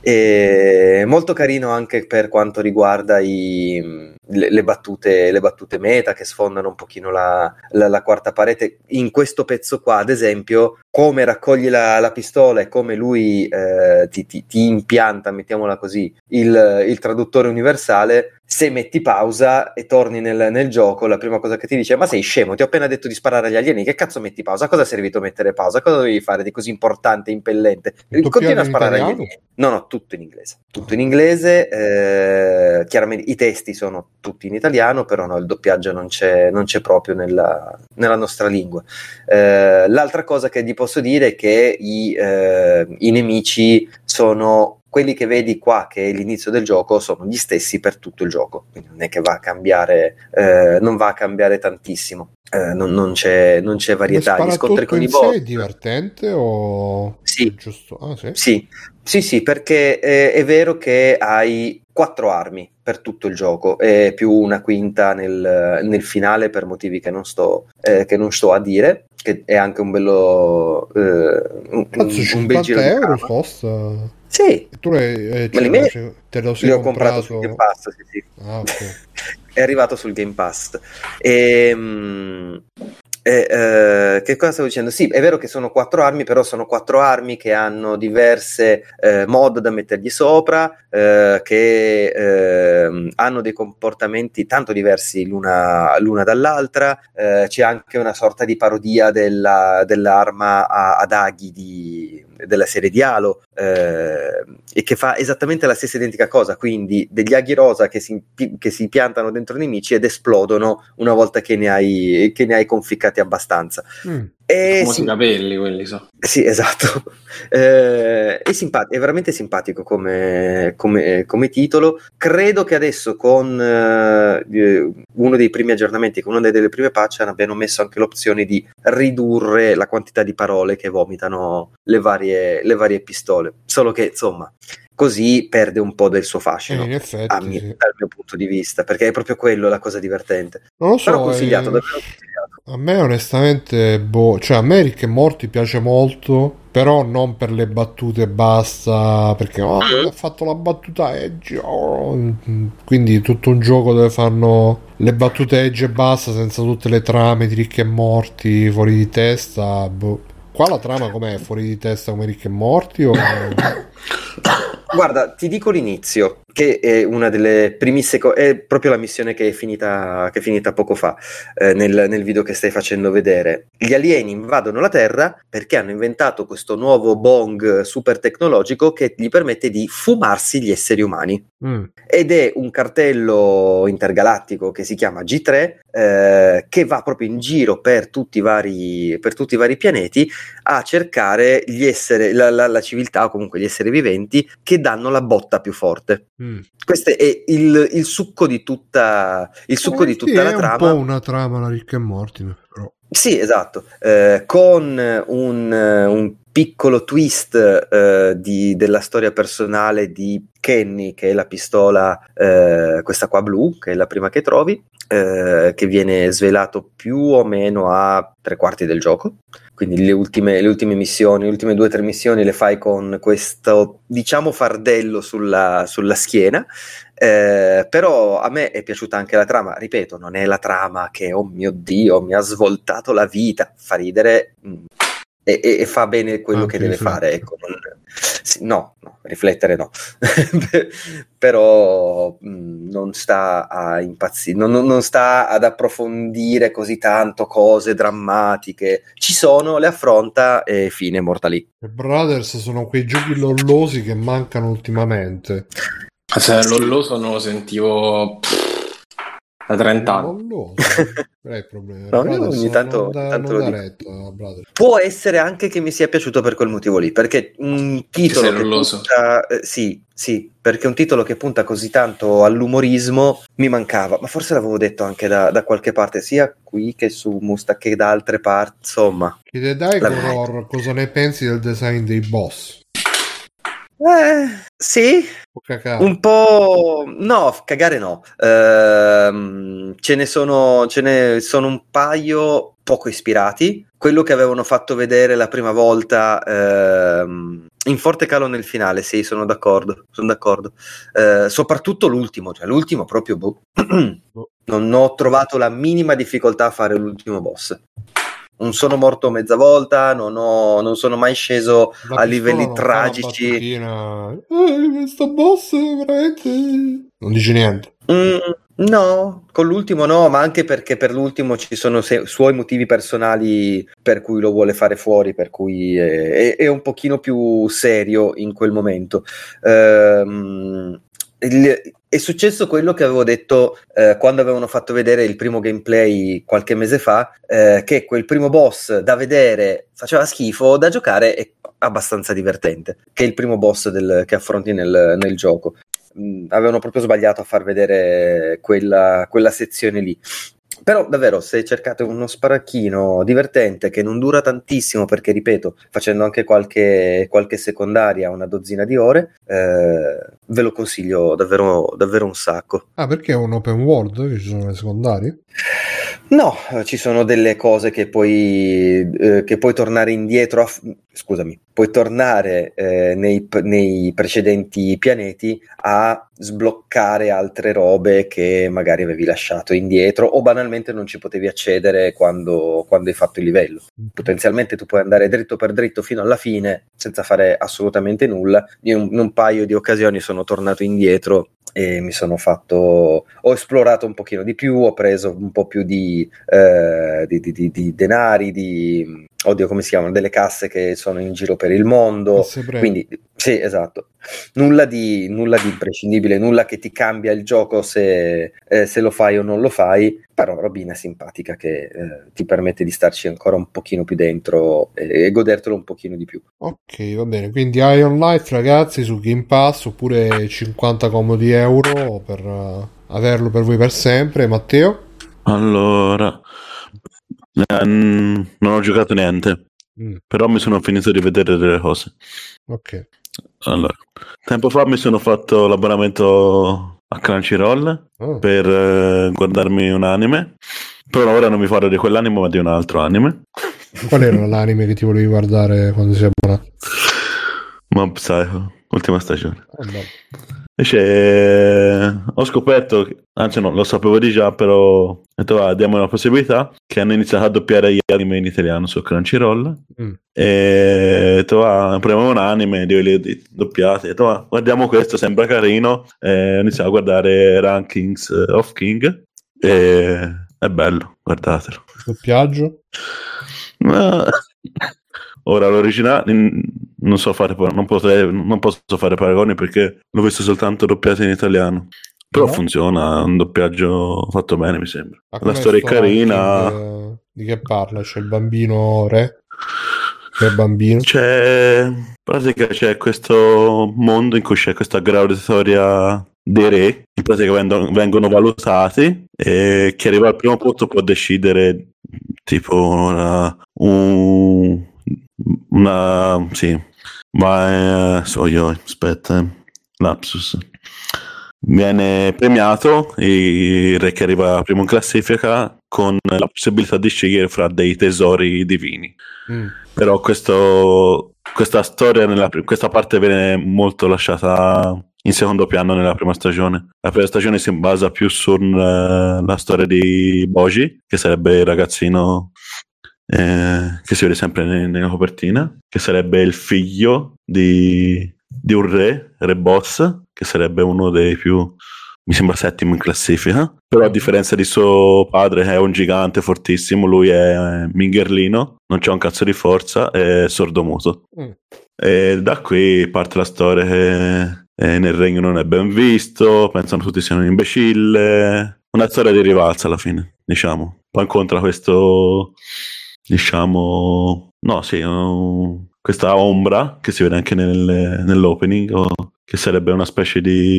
E molto carino anche per quanto riguarda i, le, le battute le battute meta che sfondano un pochino la, la, la quarta parete. In questo pezzo qua, ad esempio, come raccogli la, la pistola e come lui eh, ti, ti, ti impianta, mettiamola così, il, il traduttore universale. Se metti pausa e torni nel, nel gioco, la prima cosa che ti dice: ma sei scemo, ti ho appena detto di sparare agli alieni, che cazzo metti pausa? Cosa è servito mettere pausa? Cosa dovevi fare di così importante e impellente? Continua a sparare agli alieni. No, no, tutto in inglese. Tutto in inglese, eh, chiaramente i testi sono tutti in italiano, però no, il doppiaggio non c'è, non c'è proprio nella, nella nostra lingua. Eh, l'altra cosa che vi posso dire è che i, eh, i nemici sono quelli che vedi qua, che è l'inizio del gioco, sono gli stessi per tutto il gioco, quindi non è che va a cambiare, eh, non va a cambiare tantissimo, eh, non, non, c'è, non c'è varietà. Gli scontri con i boss è divertente o sì, è giusto? Ah, sì. sì, sì, sì, perché è, è vero che hai quattro armi per tutto il gioco e più una quinta nel, nel finale per motivi che non sto, eh, che non sto a dire, che è anche un bello eh, un, Cazzo, un bel giro di euro trama. costa. Sì, Tu eh, me li me... me... te lo sei li ho comprato comprato sul Game Pass, sì, sì. Ah, okay. È arrivato sul Game Pass. E, mh, e, eh, che cosa stavo dicendo? Sì, è vero che sono quattro armi, però sono quattro armi che hanno diverse eh, mod da mettergli sopra, eh, che eh, hanno dei comportamenti tanto diversi l'una, l'una dall'altra. Eh, c'è anche una sorta di parodia della, dell'arma a, ad aghi di della serie di Halo, eh, e che fa esattamente la stessa identica cosa, quindi degli aghi rosa che si, che si piantano dentro i nemici ed esplodono una volta che ne hai, che ne hai conficcati abbastanza. Mm. E I famosi sim- capelli, quelli so. Sì, esatto. Eh, è, simpat- è veramente simpatico come, come- come titolo. Credo che adesso con eh, uno dei primi aggiornamenti, con una delle prime patch, abbiano messo anche l'opzione di ridurre la quantità di parole che vomitano le varie, le varie pistole. Solo che, insomma, così perde un po' del suo Eh, fascino, in a effetti, mio- sì. dal mio punto di vista, perché è proprio quello la cosa divertente. Non lo Però so, consigliato, eh, davvero consigliato. a me onestamente, boh, cioè a me Rick e Morty piace molto, però non per le battute e basta, perché oh, ha fatto la battuta Edge, oh, mm, quindi tutto un gioco dove fanno le battute Edge e basta, senza tutte le trame di Rick e Morty fuori di testa, boh. Qua la trama com'è? Fuori di testa come Rick e Morty o... Guarda, ti dico l'inizio, che è una delle primissime, co- è proprio la missione che è finita, che è finita poco fa, eh, nel, nel video che stai facendo vedere. Gli alieni invadono la Terra perché hanno inventato questo nuovo bong super tecnologico che gli permette di fumarsi gli esseri umani. Mm. Ed è un cartello intergalattico che si chiama G tre, eh, che va proprio in giro per tutti i vari, per tutti i vari pianeti a cercare gli esseri, la, la, la civiltà o comunque gli esseri viventi che danno la botta più forte. Mm. Questo è il, il succo di tutta, il succo Eh, di sì, tutta la è un trama. po' una trama la Rick e Morty, però. Sì, esatto, eh, con un, un piccolo twist eh, di, della storia personale di Kenny, che è la pistola, eh, questa qua blu, che è la prima che trovi, eh, che viene svelato più o meno a tre quarti del gioco. Quindi le ultime, le ultime missioni, le ultime due o tre missioni le fai con questo, diciamo, fardello sulla, sulla schiena. Eh, però a me è piaciuta anche la trama, ripeto, non è la trama che, oh mio Dio, mi ha svoltato la vita, fa ridere mh, e, e, e fa bene quello Anche che deve riflettere. fare, ecco. Non, sì, no, no, riflettere no. Però mh, non sta a impazzire, non, non, non sta ad approfondire così tanto cose drammatiche, ci sono, le affronta e fine, morta lì. I Brothers sono quei giochi lollosi che mancano ultimamente. Cioè, l'olloso non lo sentivo pff, da trenta anni. Lolloso? Qual è il problema? No, io Brothers ogni tanto, non ogni da, tanto non lo da dico. retta, Brothers. Può essere anche che mi sia piaciuto per quel motivo lì, perché un titolo sei che lolloso. punta, eh, sì, sì, perché un titolo che punta così tanto all'umorismo mi mancava, ma forse l'avevo detto anche da, da qualche parte, sia qui che su Musta che da altre parti, insomma. Chiede dai La- Goror, cosa ne pensi del design dei boss? Eh, sì, Può cacare. un po', no, cagare no. Ehm, ce ne sono, ce ne sono un paio poco ispirati. Quello che avevano fatto vedere la prima volta, ehm, in forte calo nel finale, sì, sono d'accordo, sono d'accordo. Eh, soprattutto l'ultimo, cioè l'ultimo proprio, boh. Non ho trovato la minima difficoltà a fare l'ultimo boss. Non sono morto mezza volta, non, ho, non sono mai sceso La a pistola livelli non fa tragici. una battutina. Eh, questo boss è veramente... Non dice niente. Mm, no, con l'ultimo no, ma anche perché per l'ultimo ci sono se- suoi motivi personali per cui lo vuole fare fuori, per cui è, è- è un pochino più serio in quel momento. Ehm, il- è successo quello che avevo detto eh, quando avevano fatto vedere il primo gameplay qualche mese fa, eh, che quel primo boss da vedere faceva schifo, da giocare è abbastanza divertente, che è il primo boss del- che affronti nel, nel gioco. Mm, avevano proprio sbagliato a far vedere quella, quella sezione lì. Però davvero, se cercate uno sparacchino divertente che non dura tantissimo, perché ripeto, facendo anche qualche, qualche secondaria, una dozzina di ore, eh, ve lo consiglio davvero, davvero un sacco. Ah, perché è un open world che ci sono le secondarie? No, eh, ci sono delle cose che puoi, eh, che puoi tornare indietro, a f- scusami, puoi tornare eh, nei, nei precedenti pianeti a sbloccare altre robe che magari avevi lasciato indietro o banalmente non ci potevi accedere quando, quando hai fatto il livello. Potenzialmente tu puoi andare dritto per dritto fino alla fine senza fare assolutamente nulla. Io in un paio di occasioni sono tornato indietro e mi sono fatto, ho esplorato un pochino di più, ho preso un po' più di, eh, di, di, di, di denari, di, oddio, come si chiamano, delle casse che sono in giro per il mondo, quindi sì, esatto, nulla di, nulla di imprescindibile, nulla che ti cambia il gioco se, eh, se lo fai o non lo fai, però robina simpatica che eh, ti permette di starci ancora un pochino più dentro e, e godertelo un pochino di più. Ok, va bene, quindi Ion Life ragazzi su Game Pass, oppure cinquanta comodi euro per uh, averlo per voi per sempre. Matteo? Allora, eh, non ho giocato niente, mm. però mi sono finito di vedere delle cose. Ok. Allora, tempo fa mi sono fatto l'abbonamento a Crunchyroll oh. per eh, guardarmi un anime, però ora non mi parlo di quell'anime ma di un altro anime. Qual era l'anime che ti volevi guardare quando sei abbonato? Mob Psycho, ultima stagione. Oh, Invece eh, ho scoperto, anzi no, lo sapevo di già, però ho detto, ah, diamo una possibilità, che hanno iniziato a doppiare gli anime in italiano su Crunchyroll mm. e ho detto, ah, proviamo un anime di quelli doppiati, ho detto, ah, guardiamo questo, sembra carino, e ho iniziato a guardare Rankings of King e è bello, guardatelo. Doppiaggio? Ma... Ora l'originale non so fare, non, potrei, non posso fare paragoni perché l'ho visto soltanto doppiato in italiano, però no? Funziona, un doppiaggio fatto bene mi sembra. La storia è carina. Che, di che parla? C'è il bambino re? Che bambino? C'è, in pratica c'è questo mondo in cui c'è questa graduatoria dei re, in pratica vengono, vengono valutati e chi arriva al primo posto può decidere tipo una, un una sì ma eh, so io aspetta lapsus viene premiato il re che arriva primo in classifica con la possibilità di scegliere fra dei tesori divini mm. però questo questa storia nella questa parte viene molto lasciata in secondo piano nella prima stagione. La prima stagione si basa più sulla storia di Boji, che sarebbe il ragazzino Eh, che si vede sempre nella copertina, che sarebbe il figlio di, di un re, re boss, che sarebbe uno dei più, mi sembra settimo in classifica, però a differenza di suo padre che è un gigante fortissimo, lui è mingherlino, non c'ha un cazzo di forza, è sordomuto. Mm. E da qui parte la storia che eh, nel regno non è ben visto, pensano tutti siano un imbecille, una storia di rivalsa alla fine, diciamo. Poi incontra questo... diciamo no sì uh, questa ombra che si vede anche nel, nell'opening o, che sarebbe una specie di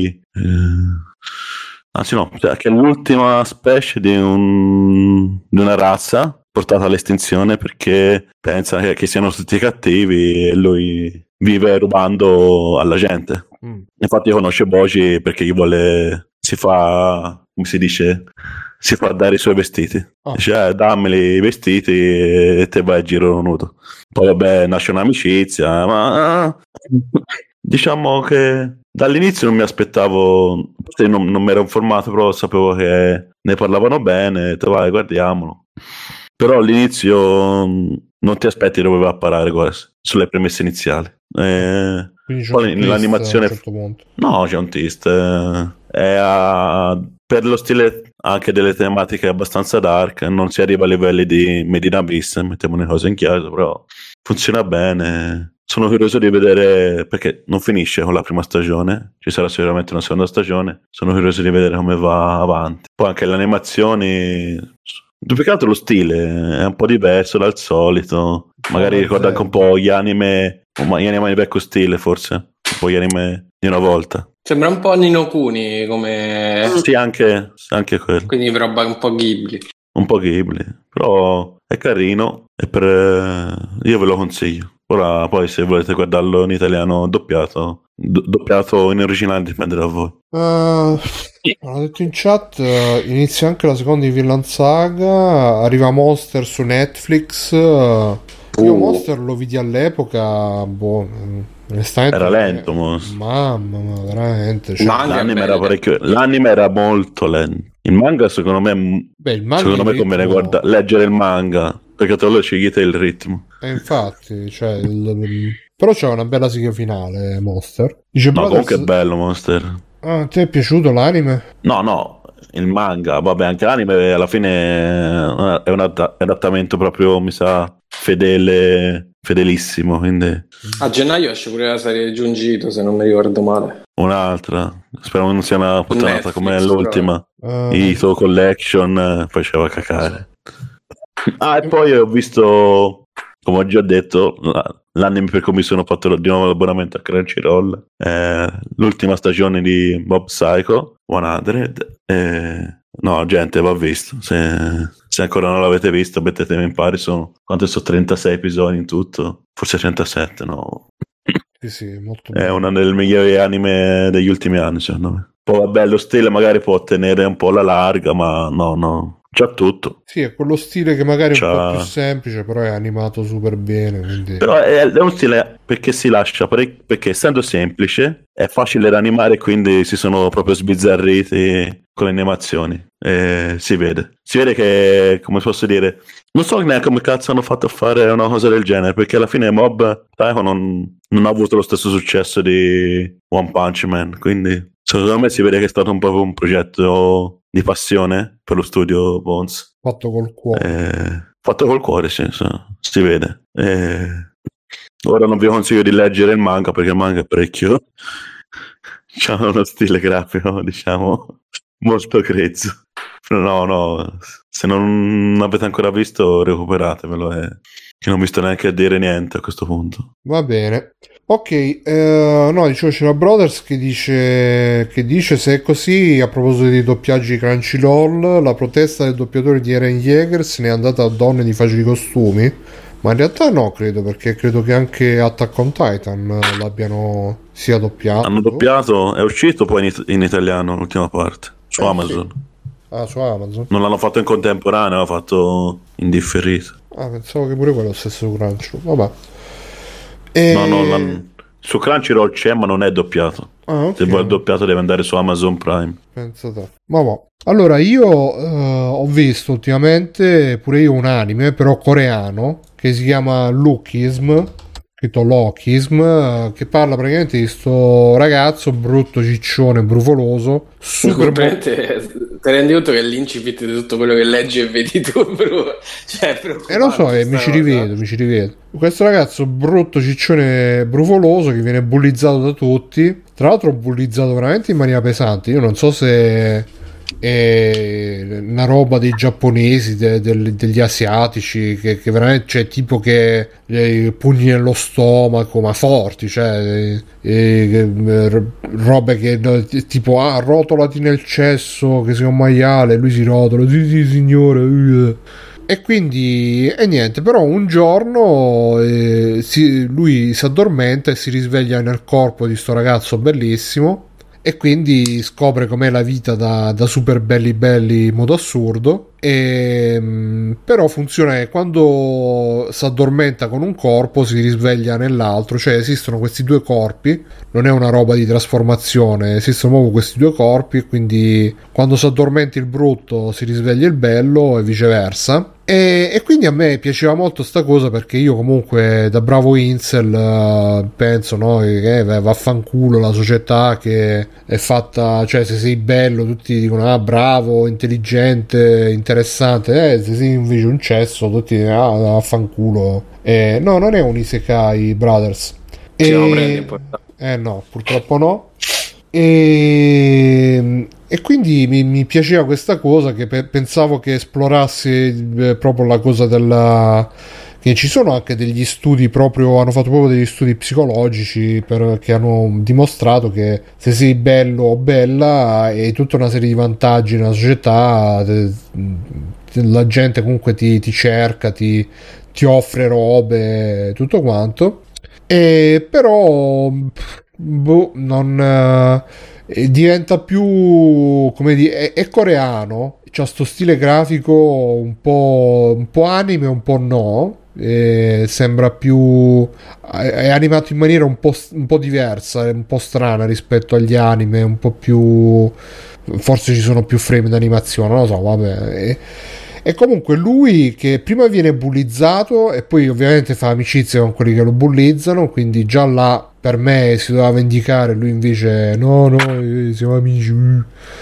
eh, anzi no cioè, che è l'ultima specie di, un, di una razza portata all'estinzione perché pensa che, che siano tutti cattivi e lui vive rubando alla gente. mm. Infatti conosce Boji perché gli vuole si fa come si dice si fa dare i suoi vestiti. Oh. Dice, eh, dammeli i vestiti e te vai a giro nudo. Poi vabbè, nasce un'amicizia, ma diciamo che dall'inizio non mi aspettavo, non, non mi ero informato, però sapevo che ne parlavano bene, detto, vai, guardiamolo. Però all'inizio non ti aspetti dove va a parare questo, sulle premesse iniziali. Eh, poi nell'animazione... Certo no, c'è un twist. Eh, è a... per lo stile anche delle tematiche abbastanza dark, non si arriva a livelli di Medina Abyss, mettiamo le cose in chiaro, però funziona bene. Sono curioso di vedere, perché non finisce con la prima stagione, ci sarà sicuramente una seconda stagione, sono curioso di vedere come va avanti. Poi anche le animazioni, più che altro lo stile è un po' diverso dal solito, magari ricorda anche un po' gli anime, gli anime di vecchio stile forse, un po' gli anime di una volta. Sembra un po' Nino Kuni come... Sì, anche, anche quello. Quindi roba un po' Ghibli. Un po' Ghibli, però è carino e per... io ve lo consiglio. Ora poi se volete guardarlo in italiano doppiato, do- doppiato in originale dipende da voi. Uh, ho detto in chat, uh, inizia anche la seconda di Vinland Saga, arriva Monster su Netflix. Uh, io uh. Monster lo vidi all'epoca, boh... era lento, Monster. Mamma mia, veramente. Cioè, l'anime era parecchio. L'anime era molto lento. Il manga, secondo me, Beh, il manga secondo me ritmo... conviene guarda... leggere il manga perché te lo seguite il ritmo. E infatti, cioè, il... però c'è una bella sigla finale. Monster. Dice, no, comunque è bello, Monster. Ah, ti è piaciuto l'anime? No, no. il manga, vabbè, anche l'anime alla fine è un adatt- adattamento proprio, mi sa, fedele, fedelissimo, quindi... A gennaio esce pure la serie Junji Ito, se non mi ricordo male. Un'altra, spero non sia una puttanata Netflix, come l'ultima. Uh, Ito Collection eh, faceva cacare. Ah, e poi ho visto, come ho già detto, la- l'anime per cui mi sono fatto di nuovo l'abbonamento a Crunchyroll, eh, l'ultima stagione di Mob Psycho cento. Eh, no, gente, va visto. Se, se ancora non l'avete visto, mettetemi in pari. Sono quanto sono trentasei episodi in tutto, forse trentasette. No, sì, sì, molto è bello. una delle migliori anime degli ultimi anni, secondo me. Poi vabbè, lo stile magari può tenere un po' la larga, ma no, no, c'ha tutto. Sì, è quello stile che magari è un C'ha- po' più semplice, però è animato super bene, quindi... Però è, è un stile perché si lascia, perché, perché essendo semplice è facile da animare, quindi si sono proprio sbizzarriti con le animazioni. E si vede. Si vede che, come posso dire, non so neanche come cazzo hanno fatto a fare una cosa del genere, perché alla fine Mob Psycho non, non ha avuto lo stesso successo di One Punch Man, quindi secondo me si vede che è stato un po' un progetto di passione per lo studio Bones. fatto col cuore. Eh, fatto col cuore, sì, sì, si vede. Eh, ora non vi consiglio di leggere il manga perché il manga è parecchio. C'ha uno stile grafico, diciamo, molto grezzo. No, no, se non avete ancora visto, recuperatevelo. Eh, che non mi sto neanche a dire niente a questo punto. Va bene. Ok, eh, no, dicevo c'era Brothers che dice, che dice se è così, a proposito di doppiaggi Crunchyroll, la protesta del doppiatore di Eren Yeager se n'è andata a donne di facili costumi, ma in realtà no, credo, perché credo che anche Attack on Titan l'abbiano sia doppiato. Hanno doppiato, è uscito poi in, it- in italiano l'ultima parte, su Eh, Amazon. Ah, su Amazon? Non l'hanno fatto in contemporanea, l'hanno fatto in differito. Ah, pensavo che pure quello stesso su Crunchyroll, vabbè. E... No, no, l'hanno- su Crunchyroll c'è, ma non è doppiato. Ah, ok. Se vuoi il doppiato deve andare su Amazon Prime. Pensa te. Ma boh. Allora, io eh, ho visto ultimamente pure io un anime, però coreano, che si chiama Lookism, scritto Lokism, eh, che parla praticamente di sto ragazzo brutto, ciccione, brufoloso, super... Praticamente, ti rendi conto che è l'incipit di tutto quello che leggi e vedi tu, bro? Cioè, E eh, lo so, eh, mi ci rivedo, mi ci rivedo. Questo ragazzo brutto, ciccione, brufoloso che viene bullizzato da tutti. Tra l'altro bullizzato veramente in maniera pesante. Io non so se è una roba dei giapponesi, de- del- degli asiatici, che, che veramente c'è tipo che eh, pugni nello stomaco, ma forti, cioè eh, eh, r- robe che no, tipo ah, rotolati nel cesso, che sei un maiale, lui si rotola, sì sì signore, uh. E quindi, e niente, però un giorno eh, si, lui si addormenta e si risveglia nel corpo di sto ragazzo bellissimo e quindi scopre com'è la vita da, da super belli belli in modo assurdo. E, mh, però funziona che quando si addormenta con un corpo si risveglia nell'altro, cioè esistono questi due corpi, non è una roba di trasformazione, esistono proprio questi due corpi e quindi quando si addormenta il brutto si risveglia il bello e viceversa. E, e quindi a me piaceva molto sta cosa perché io comunque da bravo incel uh, penso no, che eh, vaffanculo la società che è fatta, cioè se sei bello tutti dicono ah bravo, intelligente, interessante, eh, se sei invece un cesso tutti dicono ah vaffanculo. Eh, no, non è un isekai, Brothers. Ci E... prendi, importante. Eh no, purtroppo no. E, e quindi mi, mi piaceva questa cosa che pe- pensavo che esplorasse eh, proprio la cosa della che ci sono anche degli studi proprio, hanno fatto proprio degli studi psicologici per, che hanno dimostrato che se sei bello o bella hai tutta una serie di vantaggi nella società, te, te, la gente comunque ti, ti cerca, ti, ti offre robe, tutto quanto. E però boh, non eh, diventa più come dire, è, è coreano, c'ha sto stile grafico un po', un po' anime, un po' no. E sembra più è animato in maniera un po', un po' diversa, è un po' strana rispetto agli anime, un po' più forse ci sono più frame d'animazione, non lo so, vabbè. E, e comunque lui che prima viene bullizzato e poi ovviamente fa amicizia con quelli che lo bullizzano, quindi già là per me si doveva vendicare, lui invece no no siamo amici.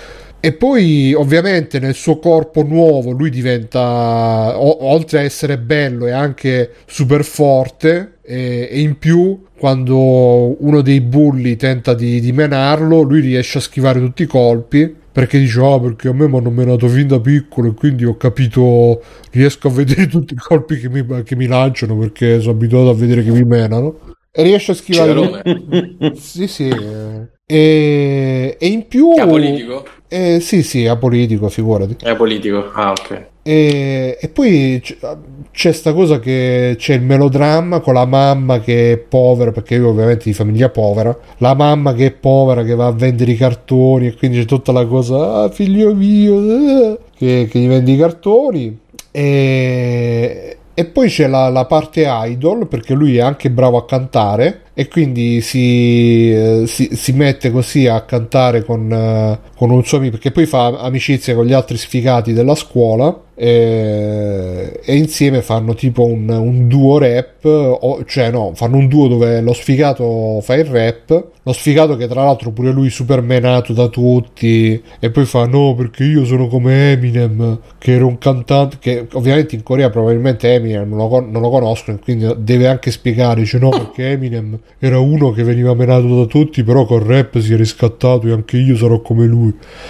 E poi ovviamente nel suo corpo nuovo lui diventa, o- oltre a essere bello, è anche super forte, e, e in più quando uno dei bulli tenta di, di menarlo, lui riesce a schivare tutti i colpi, perché dice ah perché a me mi hanno menato fin da piccolo e quindi ho capito, riesco a vedere tutti i colpi che mi, che mi lanciano perché sono abituato a vedere che mi menano. E riesce a schivare tutti. Sì, sì. eh. E, e in più È apolitico? eh, sì, sì, è apolitico, figurati. È apolitico, ah ok. E, e poi c- c'è sta cosa che c'è il melodramma con la mamma che è povera, perché io ovviamente di famiglia povera, la mamma che è povera che va a vendere i cartoni e quindi c'è tutta la cosa, ah figlio mio, eh", che, che gli vende i cartoni. E, e poi c'è la, la parte idol, perché lui è anche bravo a cantare e quindi si, eh, si, si mette così a cantare con, eh, con un suo amico, perché poi fa amicizia con gli altri sfigati della scuola e, e insieme fanno tipo un, un duo rap, o, cioè no, fanno un duo dove lo sfigato fa il rap, lo sfigato che tra l'altro pure lui super menato da tutti, e poi fa no perché io sono come Eminem che era un cantante, che ovviamente in Corea probabilmente Eminem non lo, non lo conoscono, quindi deve anche spiegare, dice no perché Eminem era uno che veniva menato da tutti però col rap si è riscattato e anche io sarò come lui.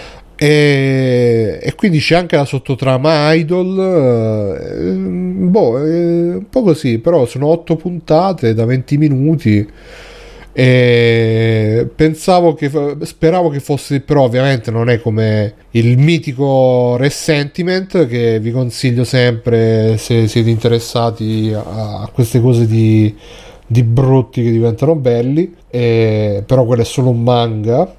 E, e quindi c'è anche la sottotrama idol, eh, boh, eh, un po' così, però sono otto puntate da venti minuti e pensavo che speravo che fosse, però ovviamente non è come il mitico Resentiment che vi consiglio sempre se siete interessati a, a queste cose di, di brutti che diventano belli, e, però quello è solo un manga.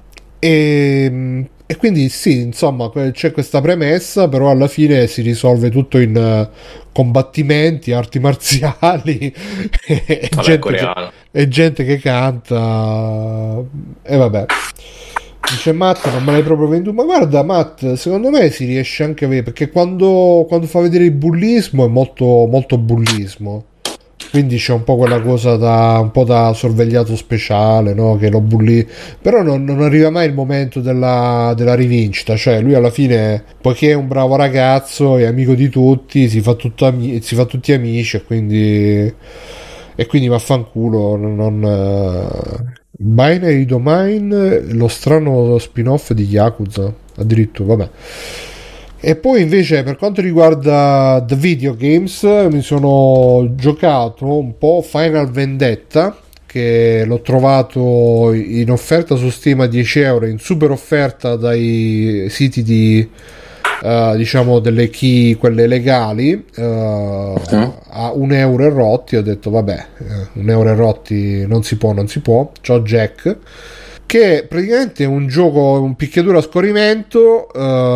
E, e quindi sì, insomma, c'è questa premessa, però alla fine si risolve tutto in uh, combattimenti, arti marziali e, Vabbè, gente coreano. che, e gente che canta. E vabbè. Dice Matt, non me l'hai proprio venduto. Ma guarda, Matt, secondo me si riesce anche a vedere, perché quando, quando fa vedere il bullismo è molto, molto bullismo. Quindi c'è un po' quella cosa da un po' da sorvegliato speciale, no? Che lo bulli, però non, non arriva mai il momento della, della rivincita. Cioè, lui alla fine, poiché è un bravo ragazzo, è amico di tutti, si fa, tutto ami- si fa tutti amici, e quindi e quindi vaffanculo. Non, non uh... Binary Domain, lo strano spin-off di Yakuza, addirittura, vabbè. E poi invece per quanto riguarda The Video Games mi sono giocato un po' Final Vendetta, che l'ho trovato in offerta su Steam a dieci euro, in super offerta dai siti di uh, diciamo delle key, quelle legali, uh, uh-huh. a un euro e rotti. Ho detto vabbè, un euro e rotti non si può, non si può. C'ho Jack, che è praticamente un gioco, un picchiaduro a scorrimento,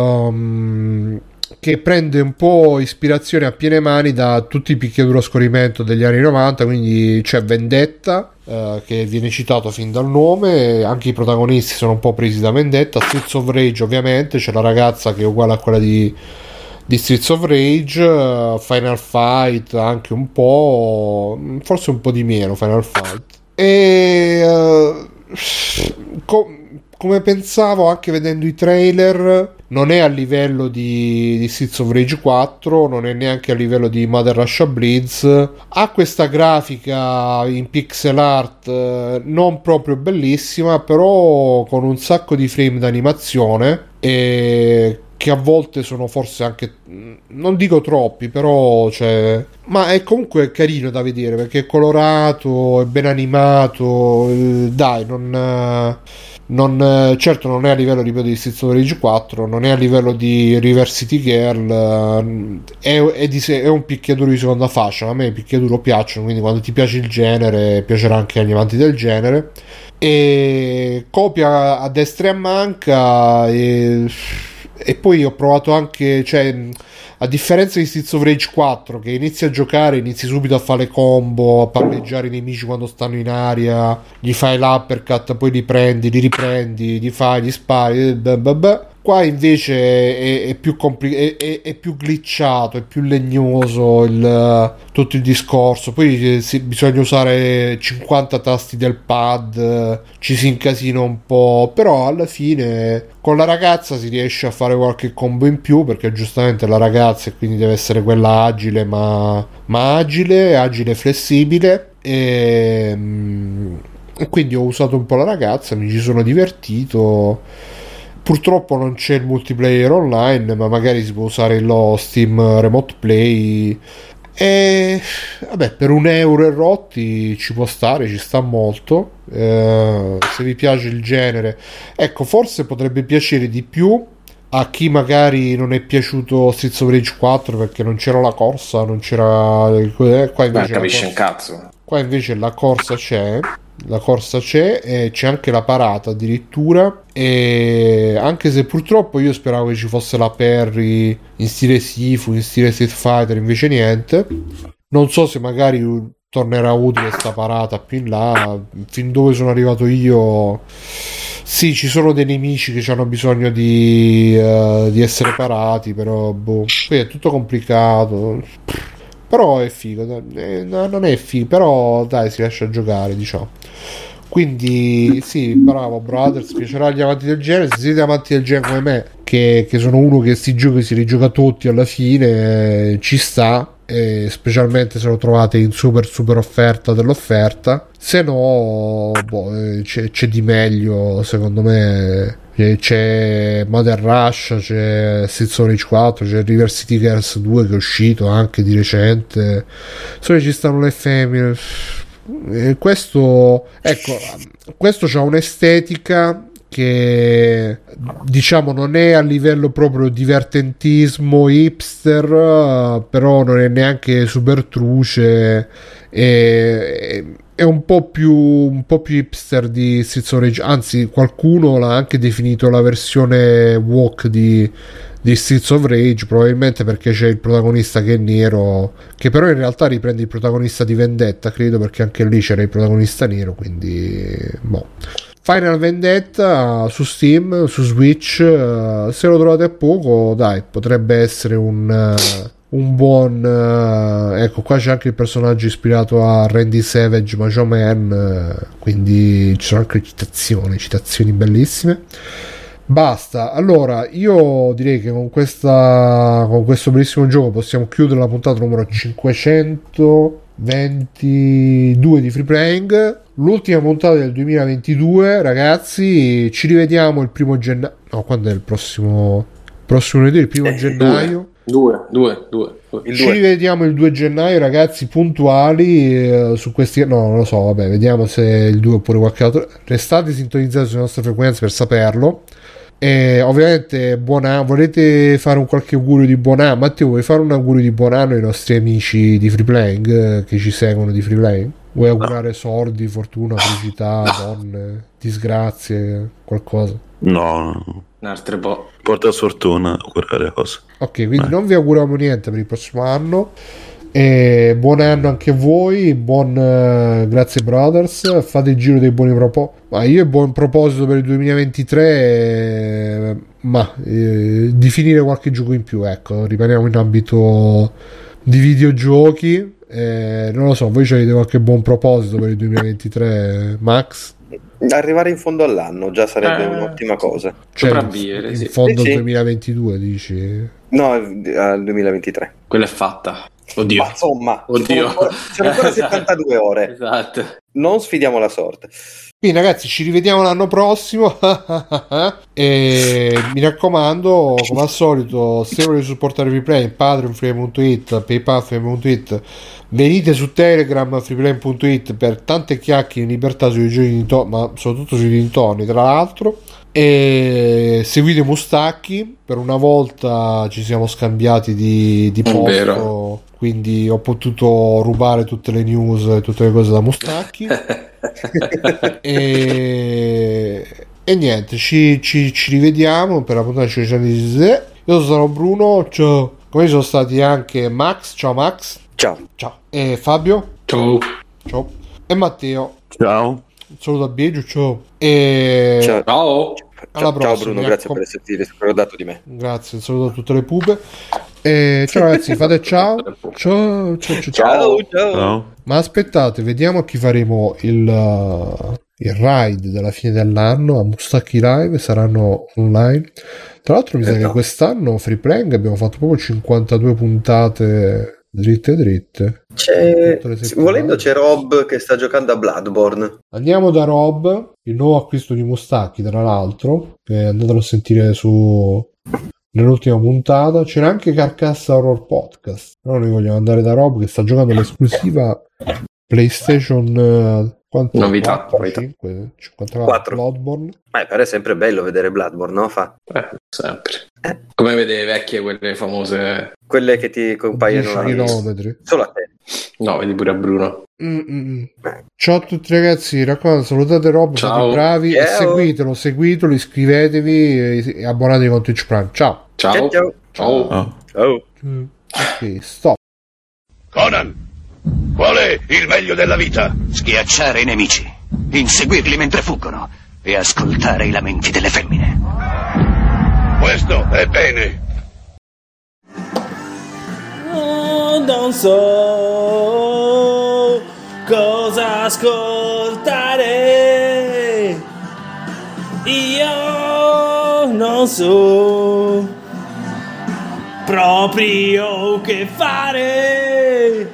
um, che prende un po' ispirazione a piene mani da tutti i picchiaduro a scorrimento degli anni novanta, quindi c'è Vendetta, uh, che viene citato fin dal nome, anche i protagonisti sono un po' presi da Vendetta, Streets of Rage ovviamente, c'è la ragazza che è uguale a quella di, di Streets of Rage, uh, Final Fight anche un po', forse un po' di meno Final Fight, e... Uh, Com- come pensavo anche vedendo i trailer, non è a livello di, di Streets of Rage quattro, non è neanche a livello di Mother Russia Blitz, ha questa grafica in pixel art eh, non proprio bellissima, però con un sacco di frame d'animazione, e che a volte sono forse anche, non dico troppi, però cioè, ma è comunque carino da vedere perché è colorato, è ben animato, eh, dai, non, non certo non è a livello ripeto di Streets of Rage quattro, non è a livello di Reverse City Girl, è, è, di sé, è un picchiaduro di seconda fascia, a me i picchiaduro piacciono, quindi quando ti piace il genere piacerà anche agli amanti del genere, e copia a destra e a manca. E e poi ho provato anche, cioè a differenza di Streets of Rage quattro che inizi a giocare, inizi subito a fare le combo, a palleggiare i nemici quando stanno in aria, gli fai l'uppercut, poi li prendi, li riprendi, li fai, gli spari, blah blah blah. Qua invece è, è più compli- è, è, è più glitchato, è più legnoso il, tutto il discorso. Poi si, bisogna usare cinquanta tasti del pad, ci si incasina un po', però alla fine con la ragazza si riesce a fare qualche combo in più, perché giustamente la ragazza e quindi deve essere quella agile, ma, ma agile, agile e flessibile. E, e quindi ho usato un po' la ragazza, mi ci sono divertito. Purtroppo non c'è il multiplayer online, ma magari si può usare lo Steam Remote Play. E vabbè, per un euro e rotti ci può stare, ci sta molto. Eh, se vi piace il genere, ecco, forse potrebbe piacere di più a chi magari non è piaciuto Streets of Rage quattro perché non c'era la corsa, non c'era. Eh, qua invece Beh, capisce la un cazzo. Qua invece la corsa c'è. La corsa c'è e c'è anche la parata addirittura, e anche se purtroppo io speravo che ci fosse la parry in stile Sifu, in stile Street Fighter, invece niente. Non so se magari tornerà utile sta parata più in là. Fin dove sono arrivato io, sì, ci sono dei nemici che hanno bisogno di, uh, di essere parati, però boh. Poi è tutto complicato, però è figo, eh, non è figo, però dai, si lascia giocare, diciamo. Quindi sì, bravo Brothers, piacerà agli amanti del genere. Se siete amanti del genere come me, che, che sono uno che sti giochi si rigioca tutti alla fine, eh, ci sta, eh, specialmente se lo trovate in super super offerta dell'offerta. Se no, boh, eh, c'è, c'è di meglio secondo me. C'è Modern Rush, c'è Streets of Rage quattro, c'è River City Girls due che è uscito anche di recente. Solo ci stanno le femmine. E questo, ecco, questo c'ha un'estetica che diciamo non è a livello proprio divertentismo hipster, però non è neanche super truce, è, è un po' più un po' più hipster di Streets of Rage, anzi qualcuno l'ha anche definito la versione woke di di Streets of Rage, probabilmente perché c'è il protagonista che è nero, che però in realtà riprende il protagonista di Vendetta, credo, perché anche lì c'era il protagonista nero, quindi boh. Final Vendetta su Steam, su Switch, uh, se lo trovate a poco, dai, potrebbe essere un uh, un buon uh, ecco, qua c'è anche il personaggio ispirato a Randy Savage, Macho Man, uh, quindi ci sono anche citazioni citazioni bellissime. Basta, allora io direi che con questa con questo bellissimo gioco possiamo chiudere la puntata numero cinquecentoventidue di Free Playing, l'ultima puntata del duemilaventidue, ragazzi. Ci rivediamo il primo gennaio, no, quando è il prossimo prossimo lunedì, il primo eh, gennaio due, due, due, due. Il ci due. Rivediamo il due gennaio, ragazzi, puntuali eh, su questi, no, non lo so, vabbè, vediamo se il due oppure qualche altro. Restate sintonizzati sulle nostre frequenze per saperlo. E ovviamente buon anno. Volete fare un qualche augurio di buon anno? Matteo, vuoi fare un augurio di buon anno ai nostri amici di Free Playing eh, che ci seguono di Free Playing? Vuoi augurare no. soldi, fortuna, felicità, no. donne, disgrazie, qualcosa? No, altre po'. Porta sfortuna, augurare cose. Ok, quindi eh. non vi auguriamo niente per il prossimo anno. E buon anno anche a voi, buon uh, grazie Brothers, fate il giro dei buoni propositi. Ma io buon proposito per il duemilaventitré, eh, ma eh, di finire qualche gioco in più, ecco, rimaniamo in ambito di videogiochi. Eh, non lo so, voi avete qualche buon proposito per il duemilaventitré, Max? Arrivare in fondo all'anno già sarebbe eh, un'ottima cosa. Cioè, in, in sì. fondo sì, al duemilaventidue dici? No, al duemilaventitré. Quella è fatta. Oddio. Ma insomma, Oddio. Ci sono ancora, ci sono ancora settantadue ore. Esatto. Non sfidiamo la sorte. Quindi ragazzi, ci rivediamo l'anno prossimo. E mi raccomando, come al solito, se volete supportare Freeplay, patreon free punto it, paypal free punto it, venite su Telegram freeplay punto it per tante chiacchiere in libertà sui giochi di dintorni, ma soprattutto sui dintorni, tra l'altro. E seguite Mustacchi, per una volta ci siamo scambiati di, di posto, quindi ho potuto rubare tutte le news e tutte le cose da Mustacchi. e, e niente, ci, ci, ci rivediamo per la puntata cinquecentoventisei. Io sono Bruno, ciao. Come sono stati anche Max, ciao Max. Ciao. Ciao. E Fabio. Ciao. Ciao. E Matteo. Ciao. Un saluto a Biagio, ciao. E ciao. Ciao, prossima, ciao Bruno, grazie com- per esserti ricordato di me. Grazie, un saluto a tutte le pupe. E ciao ragazzi, fate ciao. Ciao, ciao, ciao, ciao. Ciao, ciao. No? Ma aspettate, vediamo a chi faremo il, uh, il ride della fine dell'anno. A Mustacchi Live saranno online. Tra l'altro mi sa Esatto. che quest'anno Free Playing abbiamo fatto proprio cinquantadue puntate dritte dritte. C'è... Tutte le settimane. Volendo c'è Rob che sta giocando a Bloodborne. Andiamo da Rob, il nuovo acquisto di Mustacchi tra l'altro, che andatelo a sentire su nell'ultima puntata. C'era anche Carcassa Horror Podcast, però noi vogliamo andare da Rob che sta giocando l'esclusiva PlayStation eh, quanto? Novità, quattro, novità. cinque, cinquantaquattro quattro. Bloodborne. Ma però è sempre bello vedere Bloodborne, no? Fa Eh, sempre. Eh. Come vede vecchie, quelle famose. quelle che ti compaiono dieci ai- chilometri. solo a te. No, vedi pure a Bruno. Mm-mm. Ciao a tutti ragazzi, mi raccomando, salutate Rob, Ciao. fate i bravi e Ciao. seguitelo, seguitelo, iscrivetevi e, e abbonatevi con Twitch Prime. Ciao. Ciao. Ciao, ciao. Ciao. Oh. Ciao. Mm, ok, stop. Conan, qual è il meglio della vita? Schiacciare i nemici, inseguirli mentre fuggono e ascoltare i lamenti delle femmine. Questo è bene. Oh, non so cosa ascoltare. Io non so proprio che fare.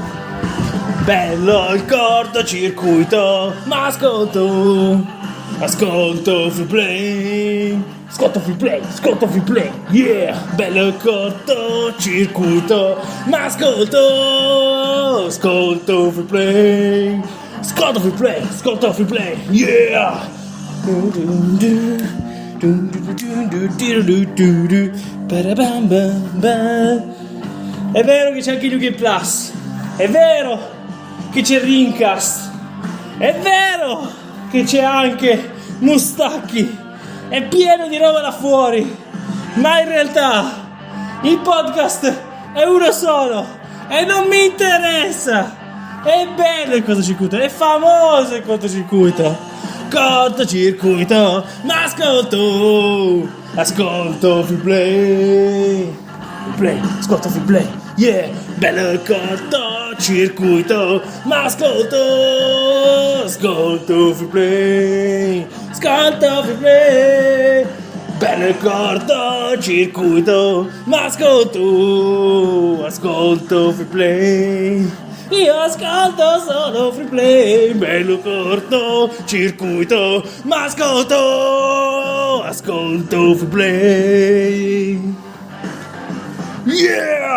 Bello il cortocircuito, ma ascolto, ascolto free play, ascolto free play, ascolto free play, yeah! Bello il cortocircuito, ma ascolto, ascolto free play, ascolto free play, ascolto free play, yeah! È vero che c'è anche New Game Plus, è vero che c'è Rincast, è vero che c'è anche Mustacchi, è pieno di roba là fuori, ma in realtà il podcast è uno solo e non mi interessa. È bello il cortocircuito, è famoso il cortocircuito, cortocircuito, ma ascolto, ascolto free play, free play, ascolto free play, yeah, bello il cortocircuito, ma ascolto, ascolto free play, ascolto free play, bello il cortocircuito, ma ascolto, ascolto free play. Io ascolto solo free play, bello cortocircuito, ma ascolto, ascolto free play. Yeah!